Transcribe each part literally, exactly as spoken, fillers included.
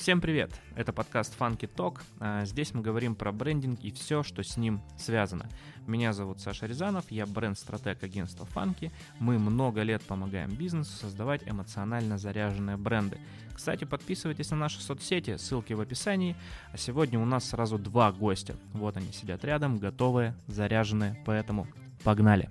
Всем привет! Это подкаст Funky Talk. Здесь мы говорим про брендинг и все, что с ним связано. Меня зовут Саша Рязанов, я бренд-стратег агентства Funky. Мы много лет помогаем бизнесу создавать эмоционально заряженные бренды. Кстати, подписывайтесь на наши соцсети, ссылки в описании. А сегодня у нас сразу два гостя. Вот они сидят рядом, готовые, заряженные, поэтому погнали!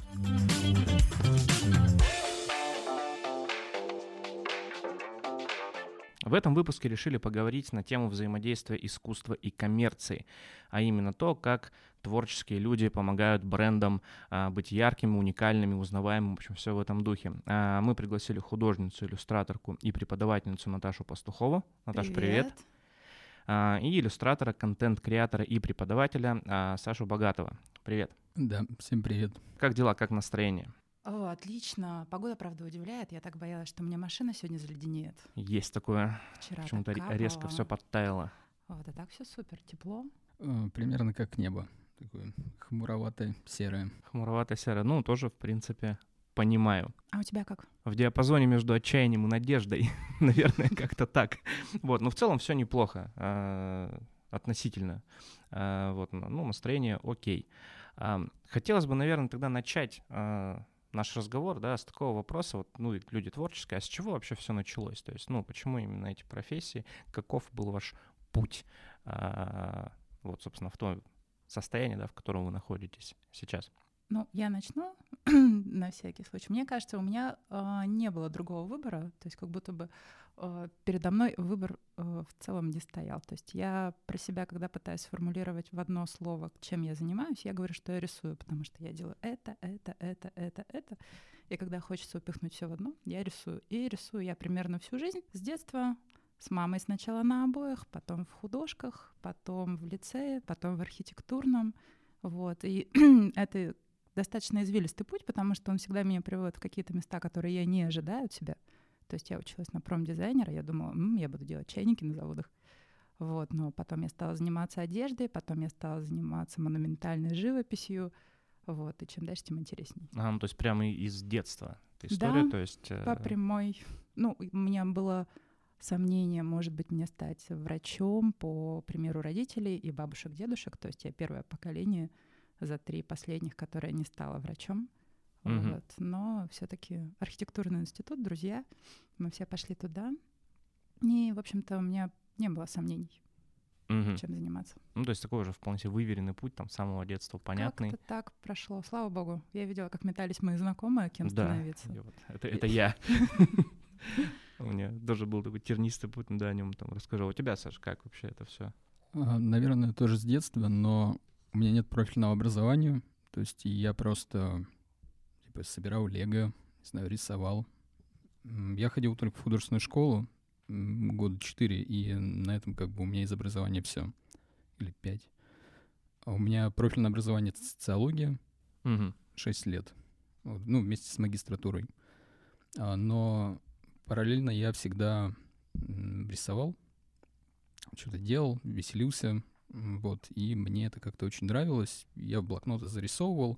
В этом выпуске решили поговорить на тему взаимодействия искусства и коммерции, а именно то, как творческие люди помогают брендам а, быть яркими, уникальными, узнаваемыми, в общем, все в этом духе. А, мы пригласили художницу, иллюстраторку и преподавательницу Наташу Пастухову. Наташа, привет. привет. А, и иллюстратора, контент-креатора и преподавателя а, Сашу Богатова. Привет. Да, всем привет. Как дела, как настроение? О, отлично. Погода, правда, удивляет. Я так боялась, что у меня машина сегодня заледенеет. Есть такое. Вчера почему-то так капало. Резко все подтаяло. Вот, а так все супер. Тепло. Э, примерно как небо. Такое хмуроватое, серое. Хмуроватое, серое. Ну, тоже, в принципе, понимаю. А у тебя как? В диапазоне между отчаянием и надеждой. Наверное, как-то так. Вот, но в целом все неплохо. А, относительно. А, вот, ну, настроение окей. А, хотелось бы, наверное, тогда начать... А, наш разговор, да, с такого вопроса, вот, ну, люди творческие, а с чего вообще все началось? То есть, ну, почему именно эти профессии? Каков был ваш путь, а, вот, собственно, в том состоянии, да, в котором вы находитесь сейчас? Ну, я начну на всякий случай. Мне кажется, у меня э, не было другого выбора, то есть как будто бы э, передо мной выбор э, в целом не стоял. То есть я про себя, когда пытаюсь сформулировать в одно слово, чем я занимаюсь, я говорю, что я рисую, потому что я делаю это, это, это, это, это. И когда хочется упихнуть все в одно, я рисую. И рисую я примерно всю жизнь. С детства с мамой сначала на обоях, потом в художках, потом в лицее, потом в архитектурном. Вот. И это достаточно извилистый путь, потому что он всегда меня приводит в какие-то места, которые я не ожидаю от себя. То есть я училась на промдизайнера, я думала, М, я буду делать чайники на заводах. Вот, но потом я стала заниматься одеждой, потом я стала заниматься монументальной живописью. Вот, и чем дальше, тем интересней. А, ну, то есть прямо из детства эта история? Да, то есть, э... по прямой. Ну, у меня было сомнение, может быть, мне стать врачом, по примеру родителей и бабушек, дедушек. То есть я первое поколение за три последних, которая не стала врачом. Mm-hmm. Вот. Но все-таки архитектурный институт, друзья, мы все пошли туда. И, в общем-то, у меня не было сомнений, mm-hmm. чем заниматься. Ну, то есть такой уже вполне себе выверенный путь, там, с самого детства понятный. Как-то так прошло, слава богу. Я видела, как метались мои знакомые, кем да, становиться. Вот, это, это я. У меня тоже был такой тернистый путь, да, о нем там расскажу. У тебя, Саш, как вообще это все? Наверное, тоже с детства, но у меня нет профильного образования, то есть я просто типа собирал лего, не знаю, рисовал. Я ходил только в художественную школу года четыре, и на этом как бы у меня из образования все. Или пять. А у меня профильное образование социология, угу. шесть лет, вот, ну, вместе с магистратурой. А, но параллельно я всегда м, рисовал, что-то делал, веселился. Вот, и мне это как-то очень нравилось. Я в блокноты зарисовывал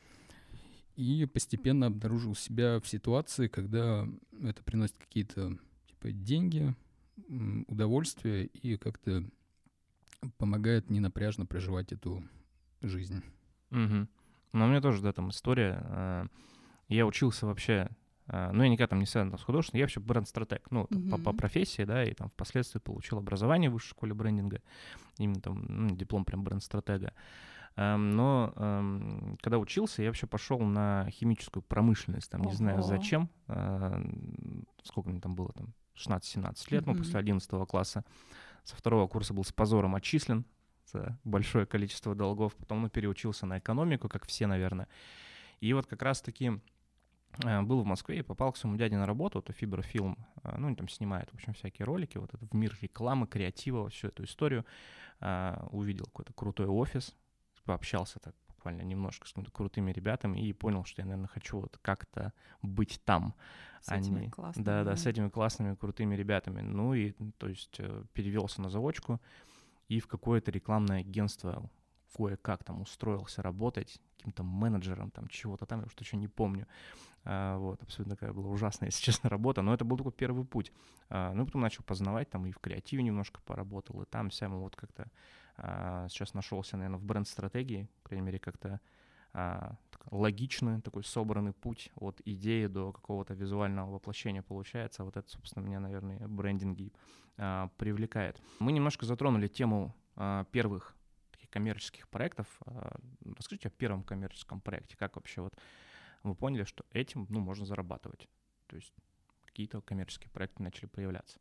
и постепенно обнаружил себя в ситуации, когда это приносит какие-то типа деньги, удовольствие и как-то помогает ненапряжно проживать эту жизнь. Угу. Ну, у меня тоже, да, там история. Я учился вообще, ну, я никогда там не связан с художеством, я вообще бренд-стратег, ну, mm-hmm. по, по профессии, да, и там впоследствии получил образование в высшей школе брендинга, именно там ну, диплом прям бренд-стратега. Но когда учился, я вообще пошел на химическую промышленность, там, не Ого. знаю зачем, сколько мне там было, там, шестнадцать-семнадцать лет, mm-hmm. ну, после одиннадцатого класса, со второго курса был с позором отчислен за большое количество долгов, потом ну, переучился на экономику, как все, наверное, и вот как раз-таки был в Москве и попал к своему дяде на работу, то Фиброфилм, ну, они там снимают, в общем, всякие ролики, вот это в мир рекламы, креатива, всю эту историю, увидел какой-то крутой офис, пообщался так буквально немножко с какими-то крутыми ребятами и понял, что я, наверное, хочу вот как-то быть там. С этими Они... классными. Да, да, с этими классными, крутыми ребятами. Ну и, то есть, перевелся на заочку и в какое-то рекламное агентство кое-как там устроился работать каким-то менеджером там чего-то там, я уж точно не помню. А, вот, абсолютно такая была ужасная, если честно, работа, но это был такой первый путь. А, ну, потом начал познавать, там и в креативе немножко поработал, и там вся вот как-то а, сейчас нашелся, наверное, в бренд-стратегии, по крайней мере, как-то а, логичный такой собранный путь от идеи до какого-то визуального воплощения получается. Вот это, собственно, меня, наверное, брендинги а, привлекает. Мы немножко затронули тему а, первых таких коммерческих проектов. А, расскажите о первом коммерческом проекте. Как вообще вот вы поняли, что этим, ну, можно зарабатывать? То есть какие-то коммерческие проекты начали появляться.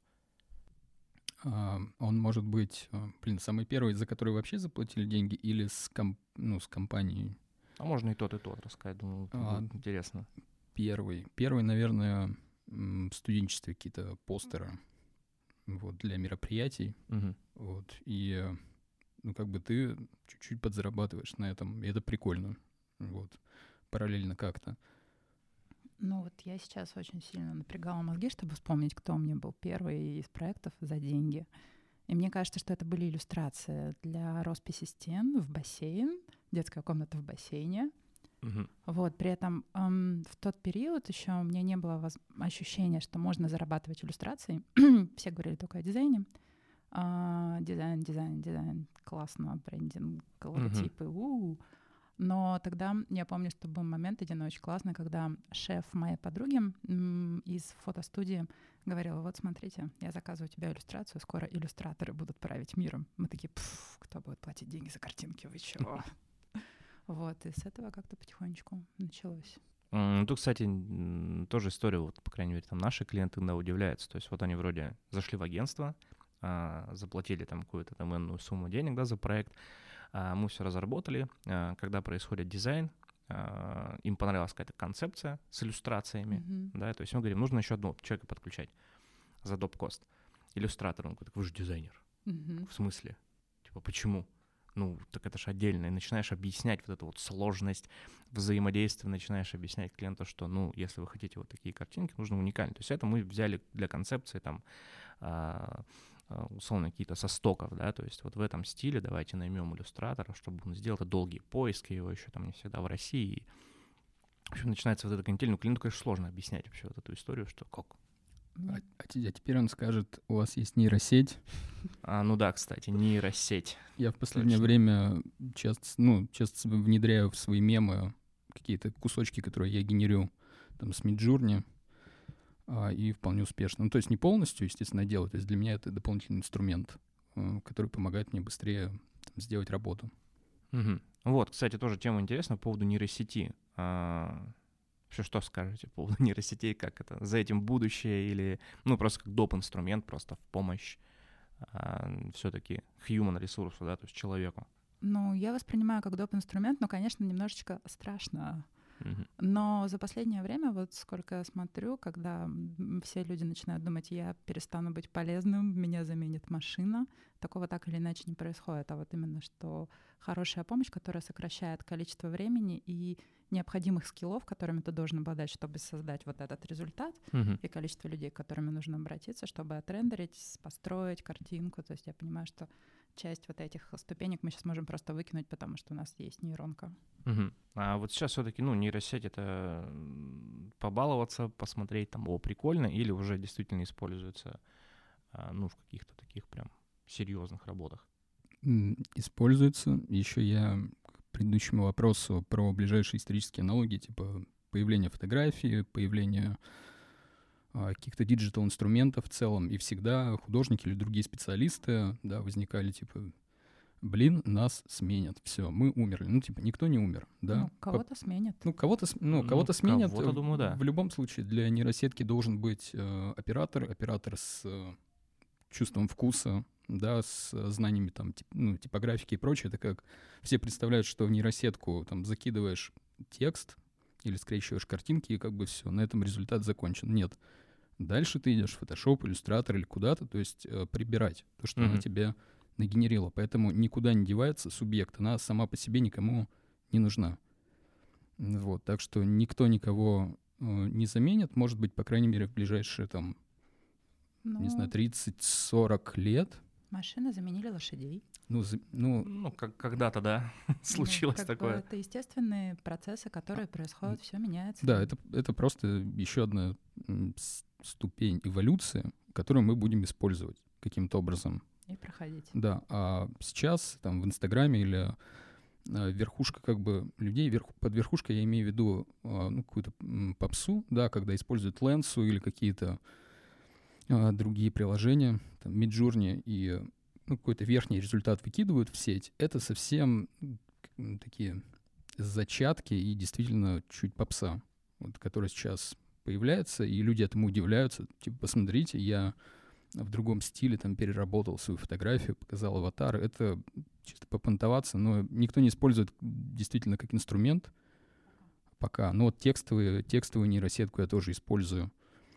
А, он может быть, блин, самый первый, за который вообще заплатили деньги, или с, комп, ну, с компанией? А можно и тот, и тот рассказать, думаю, а, будет интересно. Первый. Первый, наверное, в студенчестве какие-то постеры вот, для мероприятий. Угу. Вот, и, ну, как бы ты чуть-чуть подзарабатываешь на этом, и это прикольно. Вот, параллельно как-то. Ну вот я сейчас очень сильно напрягала мозги, чтобы вспомнить, кто у меня был первый из проектов за деньги. И мне кажется, что это были иллюстрации для росписи стен в бассейн, детская комната в бассейне. Uh-huh. Вот, при этом эм, в тот период еще у меня не было воз... ощущения, что можно зарабатывать иллюстрацией. Все говорили только о дизайне. А, дизайн, дизайн, дизайн, классно, брендинг, логотипы, uh-huh. у-у. Но тогда я помню, что был момент один очень классный, когда шеф моей подруги м, из фотостудии говорил: вот смотрите, я заказываю у тебя иллюстрацию, скоро иллюстраторы будут править миром. Мы такие: кто будет платить деньги за картинки, вы чего? Вот, и с этого как-то потихонечку началось. Ну, тут, кстати, тоже история, вот, по крайней мере, там наши клиенты иногда удивляются. То есть вот они вроде зашли в агентство, заплатили там какую-то там энную сумму денег, да, за проект, мы все разработали. Когда происходит дизайн, им понравилась какая-то концепция с иллюстрациями, mm-hmm. да, то есть мы говорим, нужно еще одного человека подключать за доп-кост. Иллюстратор, он говорит: вы же дизайнер. Mm-hmm. В смысле? Типа, почему? Ну, так это же отдельно. И начинаешь объяснять вот эту вот сложность взаимодействия, начинаешь объяснять клиенту, что, ну, если вы хотите вот такие картинки, нужно уникально. То есть это мы взяли для концепции там, условно, какие-то со стоков, да, то есть вот в этом стиле давайте наймем иллюстратора, чтобы он сделал это долгие поиски, его еще там не всегда в России. В общем, начинается вот эта канитель, ну, клиенту, конечно, сложно объяснять вообще вот эту историю, что как. А, а теперь он скажет: у вас есть нейросеть? А, ну да, кстати, нейросеть. Я в последнее Точно. время часто, ну, часто внедряю в свои мемы какие-то кусочки, которые я генерю там с Midjourney, а, и вполне успешно. Ну, то есть не полностью, естественно, делаю. То есть для меня это дополнительный инструмент, который помогает мне быстрее там сделать работу. Угу. Вот, кстати, тоже тема интересная по поводу нейросети. А... Вообще, что скажете по поводу нейросетей, как это, за этим будущее или, ну, просто как доп-инструмент, просто в помощь а, все-таки human ресурсу, да, то есть человеку? Ну, я воспринимаю как доп-инструмент, но, конечно, немножечко страшно. Mm-hmm. Но за последнее время, вот сколько я смотрю, когда все люди начинают думать, я перестану быть полезным, меня заменит машина, такого так или иначе не происходит. А вот именно, что хорошая помощь, которая сокращает количество времени и необходимых скиллов, которыми ты должен обладать, чтобы создать вот этот результат, mm-hmm. и количество людей, к которым нужно обратиться, чтобы отрендерить, построить картинку. То есть я понимаю, что часть вот этих ступенек мы сейчас можем просто выкинуть, потому что у нас есть нейронка. Угу. А вот сейчас все-таки, ну, нейросеть — это побаловаться, посмотреть там, о, прикольно, или уже действительно используется, ну, в каких-то таких прям серьезных работах? Используется. Еще я к предыдущему вопросу про ближайшие исторические аналоги, типа появление фотографии, появление а, каких-то диджитал-инструментов в целом, и всегда художники или другие специалисты, да, возникали, типа, блин, нас сменят, все, мы умерли. Ну, типа, никто не умер, да. Ну, кого-то сменят. Ну, кого-то, ну, кого-то ну, сменят. Кого-то, думаю, да. В любом случае, для нейросетки должен быть э, оператор, оператор с э, чувством вкуса, да, с знаниями там, тип, ну, типографики и прочее. Это как все представляют, что в нейросетку там закидываешь текст или скрещиваешь картинки, и как бы все, на этом результат закончен. Нет. Дальше ты идешь в Photoshop, Illustrator или куда-то, то есть э, прибирать то, что mm-hmm. она тебе нагенерила. Поэтому никуда не девается субъект. Она сама по себе никому не нужна. Вот. Так что никто никого э, не заменит. Может быть, по крайней мере, в ближайшие, там, ну... не знаю, тридцать-сорок лет. Машины заменили лошадей. Ну, за- ну, Ну, как когда-то, да, случилось Ну, как бы такое. это естественные процессы, которые происходят, все меняется. да, это, это просто еще одна м, с- ступень эволюции, которую мы будем использовать каким-то образом. И проходить. Да, а сейчас там в Инстаграме или а, верхушка как бы людей, верху, под верхушкой я имею в виду а, ну, какую-то м, попсу, да, когда используют Лэнсу или какие-то а, другие приложения, там, Midjourney, и ну, какой-то верхний результат выкидывают в сеть, это совсем м, такие зачатки и действительно чуть попса, вот, которая сейчас появляется, и люди этому удивляются. Типа, посмотрите, я в другом стиле там переработал свою фотографию, показал аватар. Это чисто попонтоваться, но никто не использует действительно как инструмент пока. Но вот текстовые, текстовую нейросетку я тоже использую.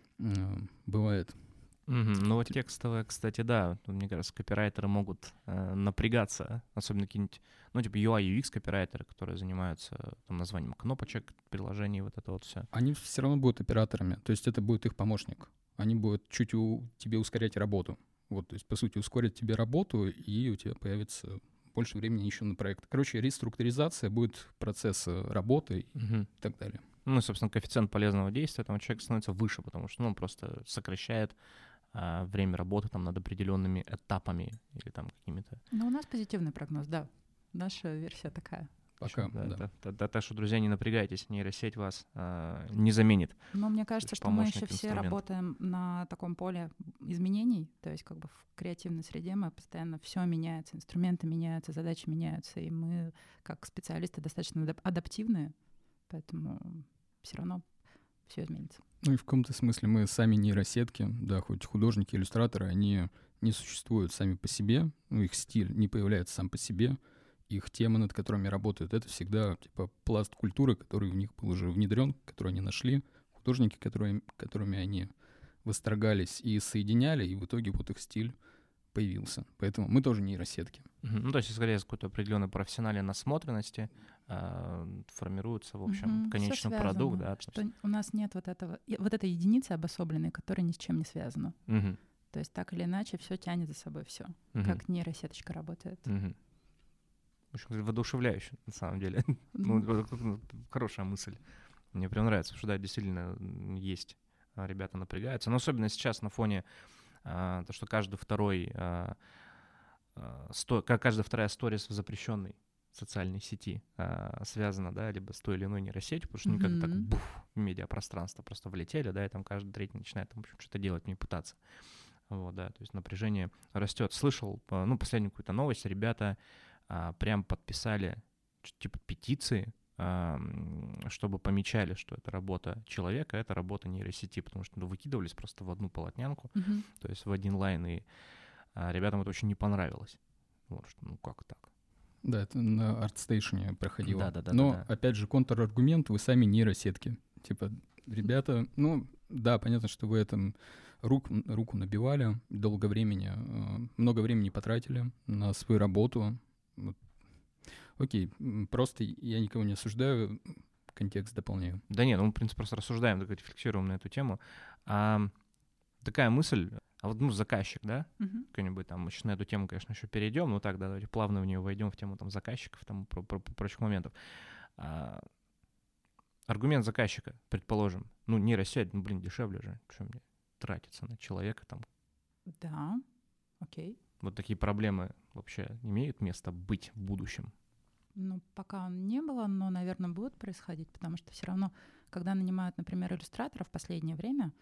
Э, Бывает. Мгм. Ну вот текстовые, кстати, да, тут, мне кажется, копирайтеры могут э, напрягаться, особенно какие-нибудь, ну, типа ю ай, ю экс копирайтеры, которые занимаются там названием кнопочек, приложений, вот это вот все. Они все равно будут операторами, то есть это будет их помощник. Они будут чуть у, тебе ускорять работу. Вот, то есть, по сути, ускорят тебе работу, и у тебя появится больше времени еще на проект. Короче, реструктуризация будет процесса работы и так далее. Ну, и, собственно, коэффициент полезного действия этого человека становится выше, потому что, ну, он просто сокращает а, время работы там над определенными этапами или там какими-то. Но у нас позитивный прогноз, да. Наша версия такая. Пока, Да, да. да, да, да, так что, друзья, не напрягайтесь, нейросеть вас а, не заменит. Но мне кажется, есть что мы помощник, еще все инструмент. работаем на таком поле изменений, то есть как бы в креативной среде мы постоянно все меняется, инструменты меняются, задачи меняются, и мы как специалисты достаточно адап- адаптивные, поэтому все равно все изменится. Ну и в каком-то смысле мы сами нейросетки, да, хоть художники, иллюстраторы, они не существуют сами по себе, ну, их стиль не появляется сам по себе, их темы, над которыми работают, это всегда типа пласт культуры, который в них был уже внедрен, который они нашли, художники, которые, которыми они восторгались и соединяли, и в итоге вот их стиль появился. Поэтому мы тоже нейросетки. Мгм. Ну, то есть, скорее, с какой-то определенной профессиональной насмотренности а, формируется, в общем, Мгм, всё конечный связано, продукт, да. Что у нас нет вот этого, и- вот этой единицы обособленной, которая ни с чем не связана. Мгм. То есть так или иначе все тянет за собой все, Мгм. как нейросеточка работает. Мгм. В общем, воодушевляюще, на самом деле. Ну, вот это, ну, хорошая мысль. Мне прям нравится, потому что, да, действительно м, есть. а, Ребята напрягаются. Но особенно сейчас на фоне а, то, что каждый второй, а, а, сто- ка- каждая вторая сторис в запрещенной социальной сети а, связана, да, либо с той или иной нейросетью, потому что они как-то так Мгм. буф, в медиапространство просто влетели, да, и там каждый третий начинает там, в общем, что-то делать, не пытаться. Вот, да, то есть напряжение растет. Слышал, а, ну, последнюю какую-то новость, ребята а, прям подписали ч- типа петиции, а, м, чтобы помечали, что это работа человека, это работа нейросети, потому что ну, выкидывались просто в одну полотнянку, Мгм. то есть в один лайн, и а, ребятам это очень не понравилось. Вот, что, ну как так? Да, это на ArtStation проходило. Да-да-да-да-да. Но, опять же, контраргумент, вы сами нейросетки. Типа, ребята, ну, да, понятно, что вы этом рук, руку набивали, долго времени, э, много времени потратили на свою работу. Вот. Окей, м, просто я никого не осуждаю, контекст дополняю. Да нет, ну мы, в принципе, просто рассуждаем, так рефлексируем на эту тему. А, такая мысль, а вот, ну, заказчик, да, Мгм. какой-нибудь там, мы сейчас на эту тему, конечно, еще перейдем, но так, да, давайте плавно в нее войдем, в тему там заказчиков, там, про, про- про- прочих моментов. А, аргумент заказчика, предположим, ну, нейросеть, ну, блин, дешевле же, что мне тратиться на человека там. Да, окей. Вот такие проблемы вообще имеют место быть в будущем? Ну, пока не было, но, наверное, будут происходить, потому что все равно, когда нанимают, например, иллюстратора в последнее время,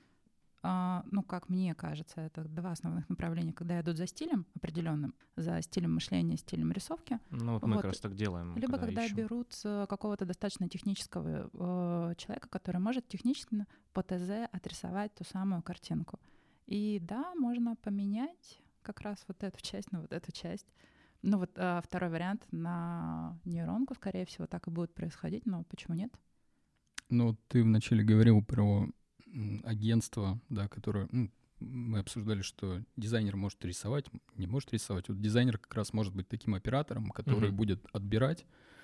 а, ну, как мне кажется, это два основных направления, когда идут за стилем определенным, за стилем мышления, стилем рисовки, Ну, вот мы Вот. как раз так делаем. либо когда, ищем. берут э, какого-то достаточно технического э, человека, который может технически по ТЗ отрисовать ту самую картинку. И да, можно поменять как раз вот эту часть на вот эту часть. Ну вот а, второй вариант на нейронку, скорее всего, так и будет происходить, но почему нет? Ну, ты вначале говорил про м, агентство, да, которое... ну, мы обсуждали, что дизайнер может рисовать, не может рисовать. Вот дизайнер как раз может быть таким оператором, который Мгм. будет отбирать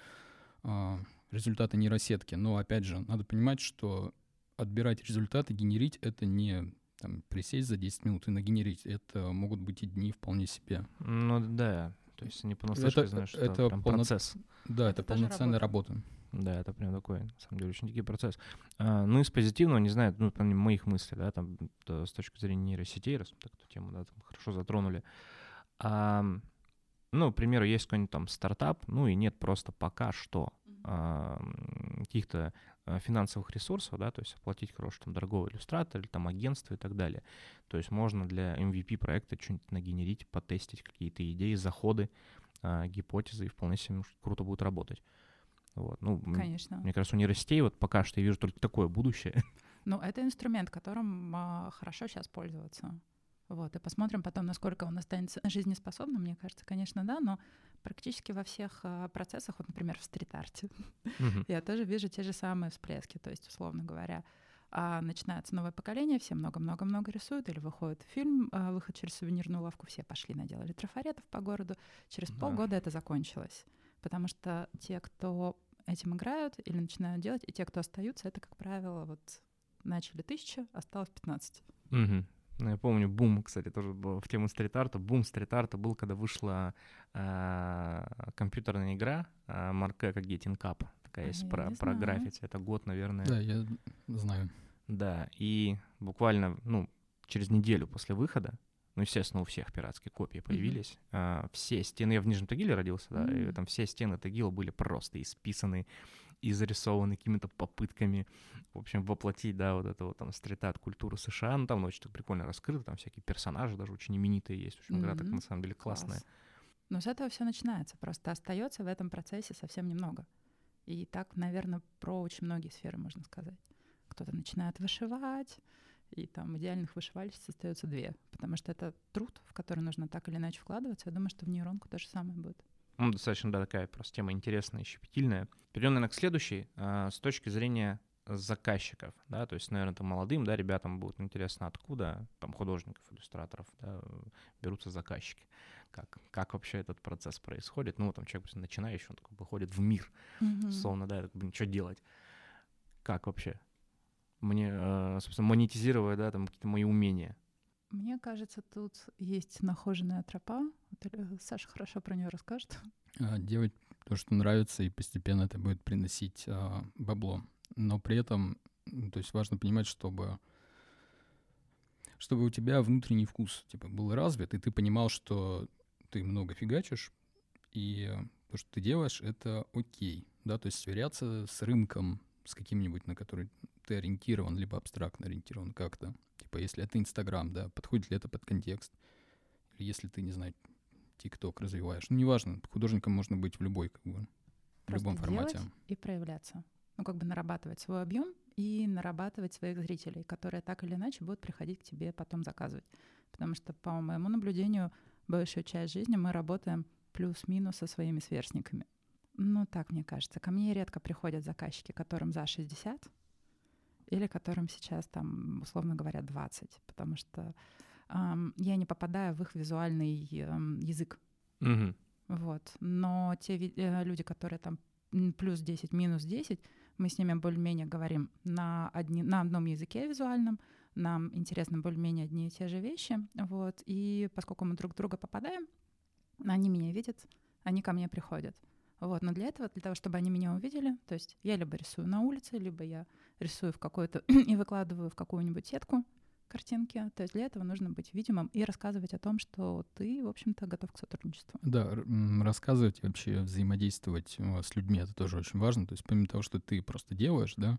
а, результаты нейросетки. Но, опять же, надо понимать, что отбирать результаты, генерить — это не там присесть за десять минут и нагенерить. Это могут быть и дни вполне себе. Ну да, то есть не понаслышке, Это, знаешь, что это это прям полно- процесс. Да, Это это, тоже полноценная работа. Да, это прям такой, на самом деле, очень дикий процесс. А, ну, из позитивного, не знаю, ну, помимо моих мыслей, да, там, то, с точки зрения нейросетей, раз мы так эту тему, да, там, хорошо затронули. А, ну, к примеру, есть какой-нибудь там стартап, ну, и нет просто пока что а, каких-то а, финансовых ресурсов, да, то есть оплатить хороший там дорогого иллюстратора или там агентство и так далее. То есть можно для эм ви пи-проекта что-нибудь нагенерить, потестить какие-то идеи, заходы, а, гипотезы, и вполне себе может, круто будет работать. Вот. Ну, Конечно. Мне кажется, у нейросетей вот пока что я вижу только такое будущее. Ну, это инструмент, которым а, хорошо сейчас пользоваться. Вот, и посмотрим потом, насколько он останется жизнеспособным. Мне кажется, конечно, да, но практически во всех а, процессах, вот, например, в стрит-арте, Мгм. я тоже вижу те же самые всплески. То есть, условно говоря, а, начинается новое поколение, все много-много-много рисуют, или выходит фильм, а, выход через сувенирную лавку, все пошли, наделали трафаретов по городу. Через Да. полгода это закончилось. Потому что те, кто этим играют или начинают делать, и те, кто остаются, это, как правило, вот начали тысяча, осталось пятнадцать. Мгм. Ну, я помню, бум, кстати, тоже был в тему стрит-арта. Бум стрит-арта был, когда вышла а, компьютерная игра а, марка как Getting Cup. Такая А, есть я про, не про знаю. граффити. Это год, наверное. Да, я знаю. Да, и буквально, ну, через неделю после выхода, ну, естественно, у всех пиратские копии появились, а, все стены, я в Нижнем Тагиле родился, да, и М. там все стены Тагила были просто исписаны и зарисованы какими-то попытками, в общем, воплотить, да, вот эту вот там стрит-арт культуру США, ну, там очень так прикольно раскрыто, там всякие персонажи даже очень именитые есть, в общем, игра так Мгм. на самом деле классная. Класс. Но с этого все начинается. Просто остается в этом процессе совсем немного. И так, наверное, про очень многие сферы можно сказать. Кто-то начинает вышивать, и там идеальных вышивальщиц остается две. Потому что это труд, в который нужно так или иначе вкладываться. Я думаю, что в нейронку то же самое будет. Ну, достаточно, да, такая просто тема интересная и щепетильная. Перейдем, наверное, к следующей, а, с точки зрения заказчиков, да, то есть, наверное, там молодым, да, ребятам будет интересно, откуда там художников, иллюстраторов, да, берутся заказчики, как, как вообще этот процесс происходит. Ну, там человек начинающий, он такой выходит в мир, Мгм. условно, да, блин, что делать? Как вообще? Мне, э, собственно, монетизировать, да, там какие-то мои умения. Мне кажется, тут есть нахоженная тропа. Вот, э, Саша хорошо про нее расскажет. А, Делать то, что нравится, и постепенно это будет приносить а, бабло. Но при этом, м, то есть важно понимать, чтобы, чтобы у тебя внутренний вкус типа был развит, и ты понимал, что ты много фигачишь, и э, то, что ты делаешь, это окей, да, то есть сверяться с рынком, с каким-нибудь, на который ты ориентирован, либо абстрактно ориентирован как-то. Типа, если это Инстаграм, да, подходит ли это под контекст, или если ты, не знаю, ТикТок развиваешь. Ну, неважно, художником можно быть в любой, как бы, в Просто любом формате. делать и проявляться. Ну, как бы нарабатывать свой объем и нарабатывать своих зрителей, которые так или иначе будут приходить к тебе потом заказывать. Потому что, по моему наблюдению, большую часть жизни мы работаем плюс-минус со своими сверстниками. Ну, так мне кажется. Ко мне редко приходят заказчики, которым за шестьдесят, или которым сейчас, там, условно говоря, двадцать, потому что эм, я не попадаю в их визуальный эм, язык. Мгм. Вот. Но те ви- э, люди, которые там м, плюс десять, минус десять, мы с ними более-менее говорим на, одни, на одном языке визуальном, нам интересны более-менее одни и те же вещи. Вот. И поскольку мы друг в друга попадаем, они меня видят, они ко мне приходят. Вот. Но для этого, для того, чтобы они меня увидели, то есть я либо рисую на улице, либо я рисую в какой-то и выкладываю в какую-нибудь сетку картинки. То есть для этого нужно быть видимым и рассказывать о том, что ты, в общем-то, готов к сотрудничеству. Да, р- м, рассказывать и вообще взаимодействовать э, с людьми, это тоже очень важно. То есть помимо того, что ты просто делаешь, да,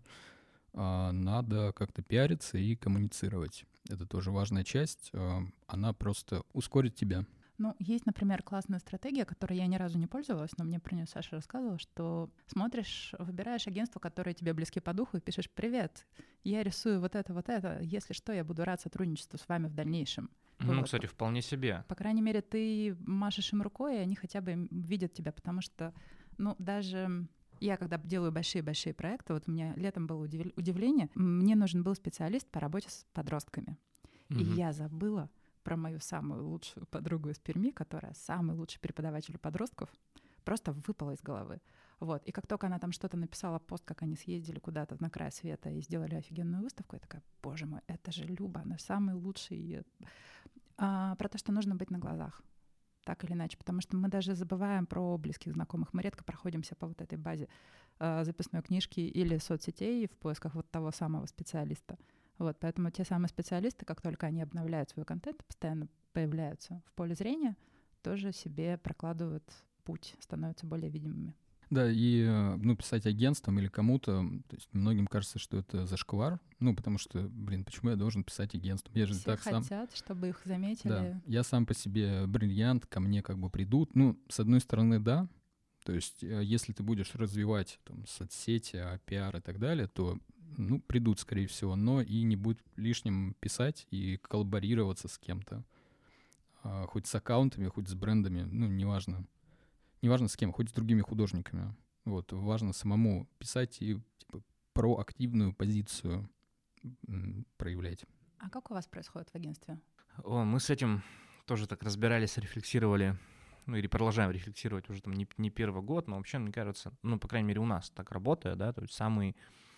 а, надо как-то пиариться и коммуницировать. Это тоже важная часть. а, Она просто ускорит тебя. Ну, есть, например, классная стратегия, которой я ни разу не пользовалась, но мне про нее Саша рассказывала, что смотришь, выбираешь агентство, которое тебе близки по духу, и пишешь: «Привет, я рисую вот это, вот это. Если что, я буду рад сотрудничеству с вами в дальнейшем». Ну, Вот. кстати, вполне себе. По крайней мере, ты машешь им рукой, и они хотя бы видят тебя, потому что, ну, даже я, когда делаю большие-большие проекты, вот у меня летом было удив- удивление, мне нужен был специалист по работе с подростками. И Мгм. я забыла про мою самую лучшую подругу из Перми, которая самый лучший преподаватель у подростков, просто выпало из головы. Вот. И как только она там что-то написала, пост, как они съездили куда-то на край света и сделали офигенную выставку, я такая, боже мой, это же Люба, она самый лучший. А, про то, что нужно быть на глазах, так или иначе, потому что мы даже забываем про близких знакомых. Мы редко проходимся по вот этой базе э, записной книжки или соцсетей в поисках вот того самого специалиста. Вот, поэтому те самые специалисты, как только они обновляют свой контент, постоянно появляются в поле зрения, тоже себе прокладывают путь, становятся более видимыми. Да, и ну, писать агентствам или кому-то, то есть многим кажется, что это зашквар, ну, потому что, блин, почему я должен писать агентствам? Я же Все так хотят, сам... чтобы их заметили. Да, я сам по себе бриллиант, ко мне как бы придут. Ну, с одной стороны, да, то есть если ты будешь развивать там соцсети, пиар и так далее, то, ну, придут, скорее всего, но и не будет лишним писать и коллаборироваться с кем-то, хоть с аккаунтами, хоть с брендами, ну, неважно. Неважно с кем, хоть с другими художниками. Вот, важно самому писать и типа, проактивную позицию м, проявлять. А как у вас происходит в агентстве? О, мы с этим тоже так разбирались, рефлексировали, ну или продолжаем рефлексировать уже там не, не первый год, но вообще, мне кажется, ну, по крайней мере, у нас так работает, да, то есть самые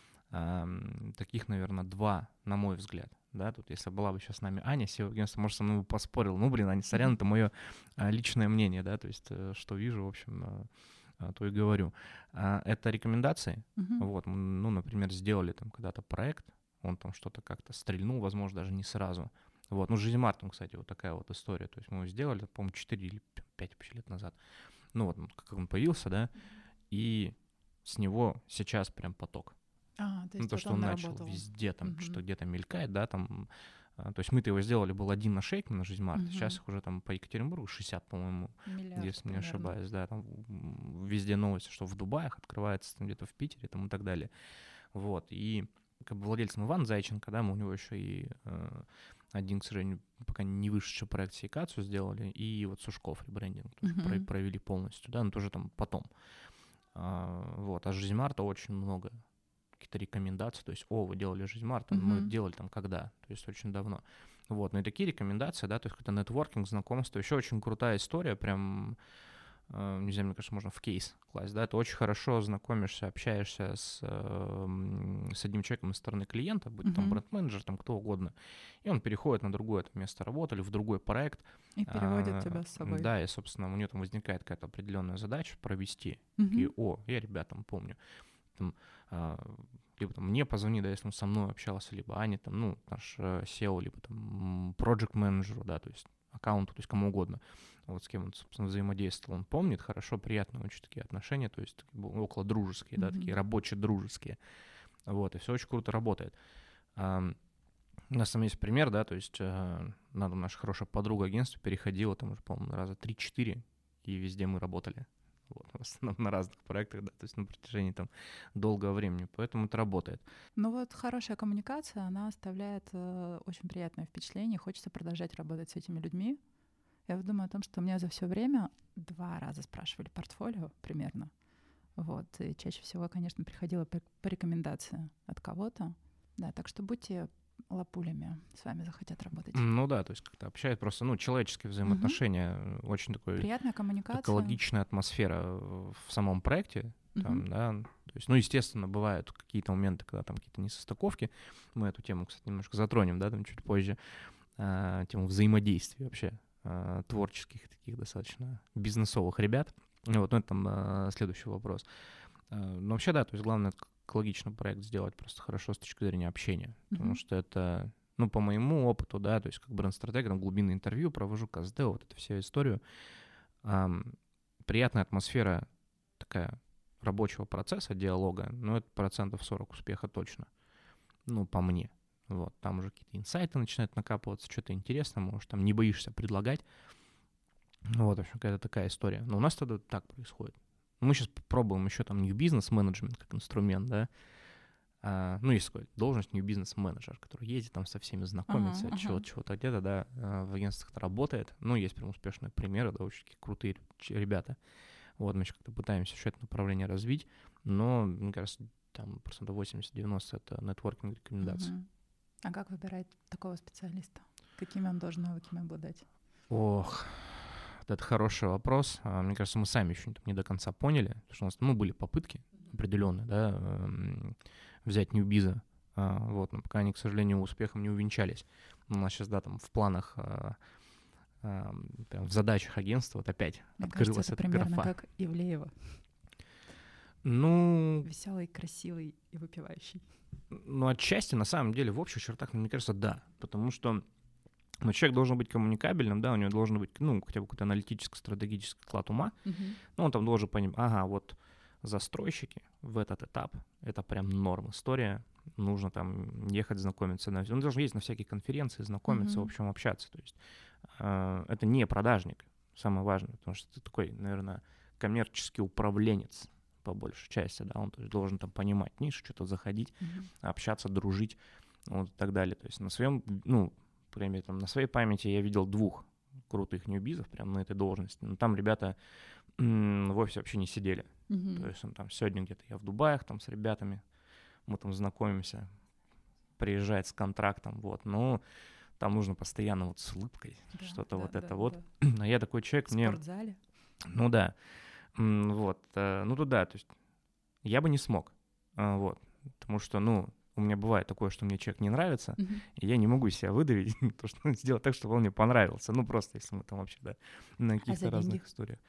э, таких, наверное, два, на мой взгляд, да, тут если была бы сейчас с нами Аня, сео агентство, может, со мной бы поспорил, ну, блин, Аня, сорян, это мое а, личное мнение, да, то есть э, что вижу, в общем, э, то и говорю. А, это рекомендации, Uh-huh. вот, ну, например, сделали там когда-то проект, он там что-то как-то стрельнул, возможно, даже не сразу, вот, ну, с Жизмартом, кстати, вот такая вот история, то есть мы его сделали, по-моему, четыре или пять вообще лет назад, ну, вот, как он появился, да, и с него сейчас прям поток. А, то есть ну, то, вот что он, он начал наработал. везде, там, Мгм. что где-то мелькает, да, там, а, то есть мы-то его сделали, был один на Шейк, на Жизнь Марта, Мгм. сейчас их уже там по Екатеринбургу шестьдесят, по-моему, Миллиард если не примерно. ошибаюсь, да, там м, везде новости, что в Дубаях открывается, там где-то в Питере, там и так далее, вот, и как бы владельцем Иван Зайченко, да, мы у него еще и э, один, к сожалению, пока не вышедший проект Сейкацию сделали, и вот Сушков ребрендинг тоже Мгм. про- провели полностью, да, но тоже там потом, а, вот, а Жизнь Марта очень много какие-то рекомендации, то есть, о, вы делали Жизнь Марта, мы Мгм. делали там когда, то есть очень давно. Вот, ну и такие рекомендации, да, то есть какой-то нетворкинг, знакомство, еще очень крутая история, прям, э, не знаю, мне кажется, можно в кейс класть, да, ты очень хорошо знакомишься, общаешься с, э, с одним человеком из стороны клиента, будь там Мгм. бренд-менеджер, там кто угодно, и он переходит на другое там, место работы или в другой проект. И переводит а, тебя с собой. Да, и, собственно, у нее там возникает какая-то определенная задача провести, Мгм. такие, о, я ребятам помню, там, а, либо там мне позвони, да, если он со мной общался, либо Ане, там, ну, наш э, сео, либо там project менеджеру, да, то есть аккаунту, то есть кому угодно, вот с кем он, собственно, взаимодействовал, он помнит, хорошо, приятные очень такие отношения, то есть такие около дружеские, да, Мгм. такие рабочие дружеские, вот, и все очень круто работает. А, у нас там есть пример, да, то есть э, надо, наша хорошая подруга агентства переходила там уже, по-моему, раза три-четыре, и везде мы работали. Вот, в основном на разных проектах, да, то есть на протяжении там долгого времени, поэтому это работает. Ну вот хорошая коммуникация, она оставляет э, очень приятное впечатление. Хочется продолжать работать с этими людьми. Я вот думаю о том, что у меня за все время два раза спрашивали портфолио примерно. Вот. И чаще всего, конечно, приходило по, по рекомендации от кого-то. Да, так что будьте лапулями, с вами захотят работать. Ну да, то есть как-то общает просто, ну, человеческие взаимоотношения, э, очень такой Приятная коммуникация. экологичная атмосфера в самом проекте, там, Мгм. да, то есть, ну, естественно, бывают какие-то моменты, когда там какие-то несостыковки, мы эту тему, кстати, немножко затронем, да, там чуть позже, а, тему взаимодействия вообще а, творческих таких достаточно бизнесовых ребят, вот, ну, это там а, следующий вопрос. А, но вообще, да, то есть главное экологично проект сделать просто хорошо с точки зрения общения, потому Мгм. что это, ну, по моему опыту, да, то есть как бренд-стратег, там глубинное интервью провожу, КСД, вот эту всю историю, ам, приятная атмосфера такая рабочего процесса, диалога, ну, это процентов сорок успеха точно, ну, по мне. Вот, там уже какие-то инсайты начинают накапываться, что-то интересное, может, там не боишься предлагать. Вот, в общем, какая-то такая история. Но у нас тогда так происходит. Мы сейчас попробуем еще там New Business Management как инструмент, да. А, ну, есть такой должность New Business Manager, который ездит там со всеми знакомится, Ага, ага. чего-то, чего-то где-то, да, а, в агентствах это работает. Ну, есть прям успешные примеры, да, очень такие крутые ч- ребята. Вот, мы сейчас как-то пытаемся еще это направление развить, но, мне кажется, там процентов восемьдесят-девяносто это нетворкинг рекомендации. Мгм. А как выбирать такого специалиста? Какими он должен навыками обладать? Ох, это хороший вопрос. Мне кажется, мы сами еще не до конца поняли, потому что у нас ну, были попытки определенные, да, взять ньюбиза, вот, но пока они, к сожалению, успехом не увенчались. У нас сейчас, да, там в планах, прям в задачах агентства вот опять Мне открылась кажется, это эта примерно графа. как Ивлеева. Ну... Веселый, красивый и выпивающий. Ну, отчасти, на самом деле, в общих чертах, мне кажется, да. Потому что ну, человек должен быть коммуникабельным, да, у него должен быть, ну, хотя бы какой-то аналитический, стратегический склад ума. Uh-huh. Ну, он там должен понимать, ага, вот застройщики в этот этап, это прям норм история, нужно там ехать знакомиться. На... Он должен ездить на всякие конференции, знакомиться, uh-huh. в общем, общаться. То есть э, это не продажник, самое важное, потому что ты такой, наверное, коммерческий управленец по большей части, да, он то есть, должен там понимать нишу, что-то заходить, uh-huh. общаться, дружить, вот и так далее. То есть на своем, ну, прямо там на своей памяти я видел двух крутых ньюбизов прямо на этой должности, но там ребята м- в офисе вообще не сидели. Uh-huh. То есть он там сегодня где-то я в Дубаях там с ребятами, мы там знакомимся, приезжает с контрактом, вот, но там нужно постоянно вот с улыбкой, да, что-то да, вот да, это да, вот. Да. А я такой человек, в мне... В спортзале? Ну да. Вот, ну туда, то есть я бы не смог, вот, потому что, ну, у меня бывает такое, что мне человек не нравится, uh-huh. и я не могу себя выдавить, то, что сделать так, чтобы он мне понравился, ну просто, если мы там вообще, да, на каких-то а разных деньги? Историях.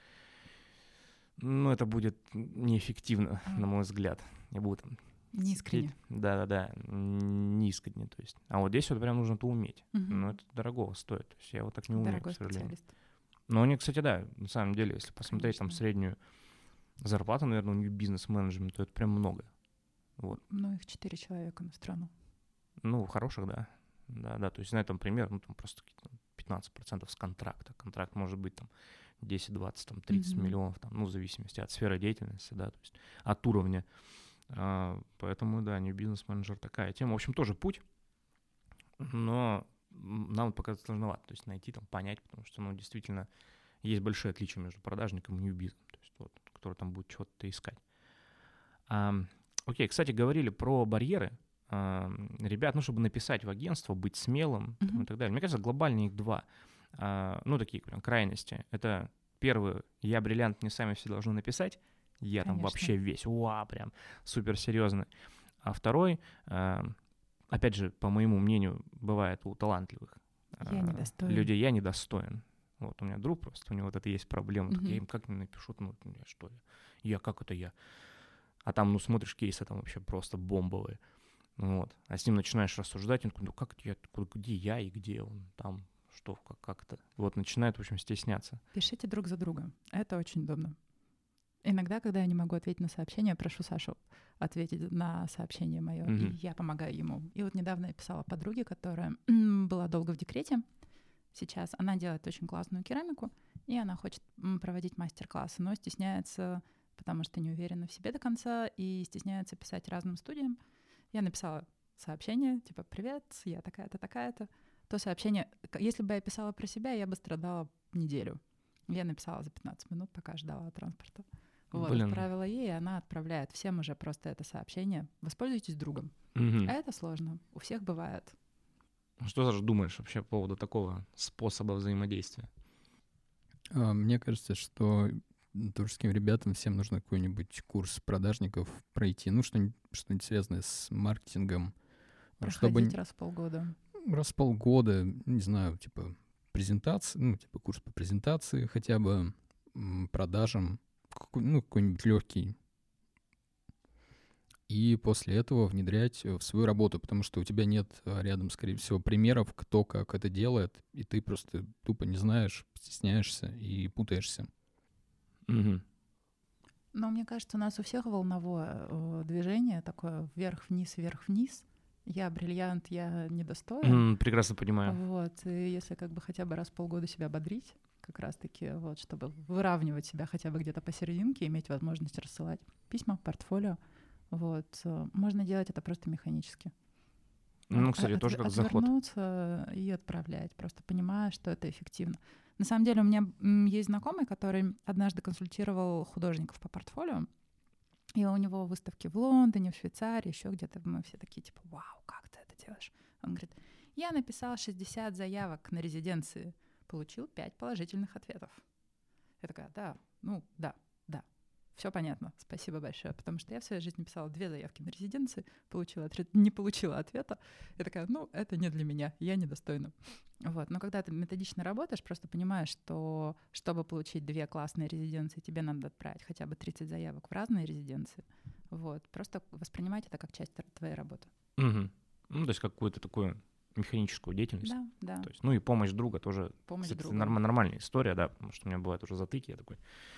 Ну, это будет неэффективно, uh-huh. на мой взгляд, я буду там... Неискренне. Да-да-да, неискренне, то есть. А вот здесь вот прям нужно то уметь, uh-huh. но это дорогого стоит, то есть я вот так не умею, Дорогой к сожалению. Специалист. Но они, кстати, да, на самом деле, если посмотреть Конечно. Там среднюю зарплату, наверное, у них бизнес-менеджмент, то это прям много. Вот. Ну, их четыре человека на страну. Ну, хороших, да. Да, да, то есть, на этом пример, ну, там просто пятнадцать процентов с контракта. Контракт может быть там десять, двадцать, там, тридцать mm-hmm. миллионов, там, ну, в зависимости от сферы деятельности, да, то есть от уровня. А, поэтому, да, не бизнес-менеджер такая тема. В общем, тоже путь, но нам пока сложновато, то есть найти, там, понять, потому что, ну, действительно, есть большие отличия между продажником и ньюбизом, то есть вот, который там будет чего-то искать. А, окей, кстати, говорили про барьеры. А, ребят, ну, чтобы написать в агентство, быть смелым mm-hmm. там, и так далее. Мне кажется, глобальные их два, а, ну, такие прям крайности. Это первый, я бриллиант, мне сами все должны написать, я Конечно. Там вообще весь, уа, прям суперсерьезный. А второй... А, опять же, по моему мнению, бывает у талантливых я э, людей, я недостоин. Вот у меня друг просто, у него вот это есть проблема. Uh-huh. Я им как не напишу, ну, что я? Я, как это я? А там, ну, смотришь кейсы, там вообще просто бомбовые. Вот. А с ним начинаешь рассуждать, он такой, ну, как я, где я и где он? Там, что, как, как это? Вот начинает, в общем, стесняться. Пишите друг за другом. Это очень удобно. Иногда, когда я не могу ответить на сообщение, прошу Сашу ответить на сообщение мое, mm-hmm. и я помогаю ему. И вот недавно я писала подруге, которая была долго в декрете. Сейчас она делает очень классную керамику, и она хочет проводить мастер-классы, но стесняется, потому что не уверена в себе до конца, и стесняется писать разным студиям. Я написала сообщение, типа «Привет, я такая-то, такая-то». То сообщение, если бы я писала про себя, я бы страдала неделю. Я написала за пятнадцать минут, пока ждала транспорта. Вот, Блин. Отправила ей, и она отправляет всем уже просто это сообщение. Воспользуйтесь другом. Угу. А это сложно. У всех бывает. Что, Саша, думаешь вообще по поводу такого способа взаимодействия? Мне кажется, что творческим ребятам всем нужно какой-нибудь курс продажников пройти. Ну, что-нибудь, что-нибудь связанное с маркетингом. Проходить чтобы... раз в полгода. Раз в полгода, не знаю, типа презентации, ну, типа курс по презентации хотя бы, продажам. Ну, какой-нибудь легкий. И после этого внедрять в свою работу, потому что у тебя нет рядом, скорее всего, примеров, кто как это делает, и ты просто тупо не знаешь, стесняешься и путаешься. Угу. Но мне кажется, у нас у всех волновое э, движение такое вверх-вниз, вверх-вниз. Я бриллиант, я недостоин. Mm, прекрасно понимаю. Вот, и если как бы хотя бы раз в полгода себя бодрить, как раз-таки, вот, чтобы выравнивать себя хотя бы где-то посерединке, иметь возможность рассылать письма, портфолио. Вот. Можно делать это просто механически. Ну, кстати, От, тоже как заход. Отвернуться и отправлять, просто понимая, что это эффективно. На самом деле у меня есть знакомый, который однажды консультировал художников по портфолио, и у него выставки в Лондоне, в Швейцарии, еще где-то. Мы все такие, типа, вау, как ты это делаешь? Он говорит, я написал шестьдесят заявок на резиденции, получил пять положительных ответов. Я такая, да, ну, да, да. Все понятно, спасибо большое, потому что я в своей жизни писала две заявки на резиденции, получила ответ, не получила ответа. Я такая, ну, это не для меня, я недостойна. Вот. Но когда ты методично работаешь, просто понимаешь, что чтобы получить две классные резиденции, тебе надо отправить хотя бы тридцать заявок в разные резиденции. Вот. Просто воспринимать это как часть твоей работы. Угу. Ну, то есть какую-то такую механическую деятельность. Да, да. То есть, ну и помощь друга тоже. Помощь кстати, друга. Норм, нормальная история, да, потому что у меня бывают уже затыки, я такой,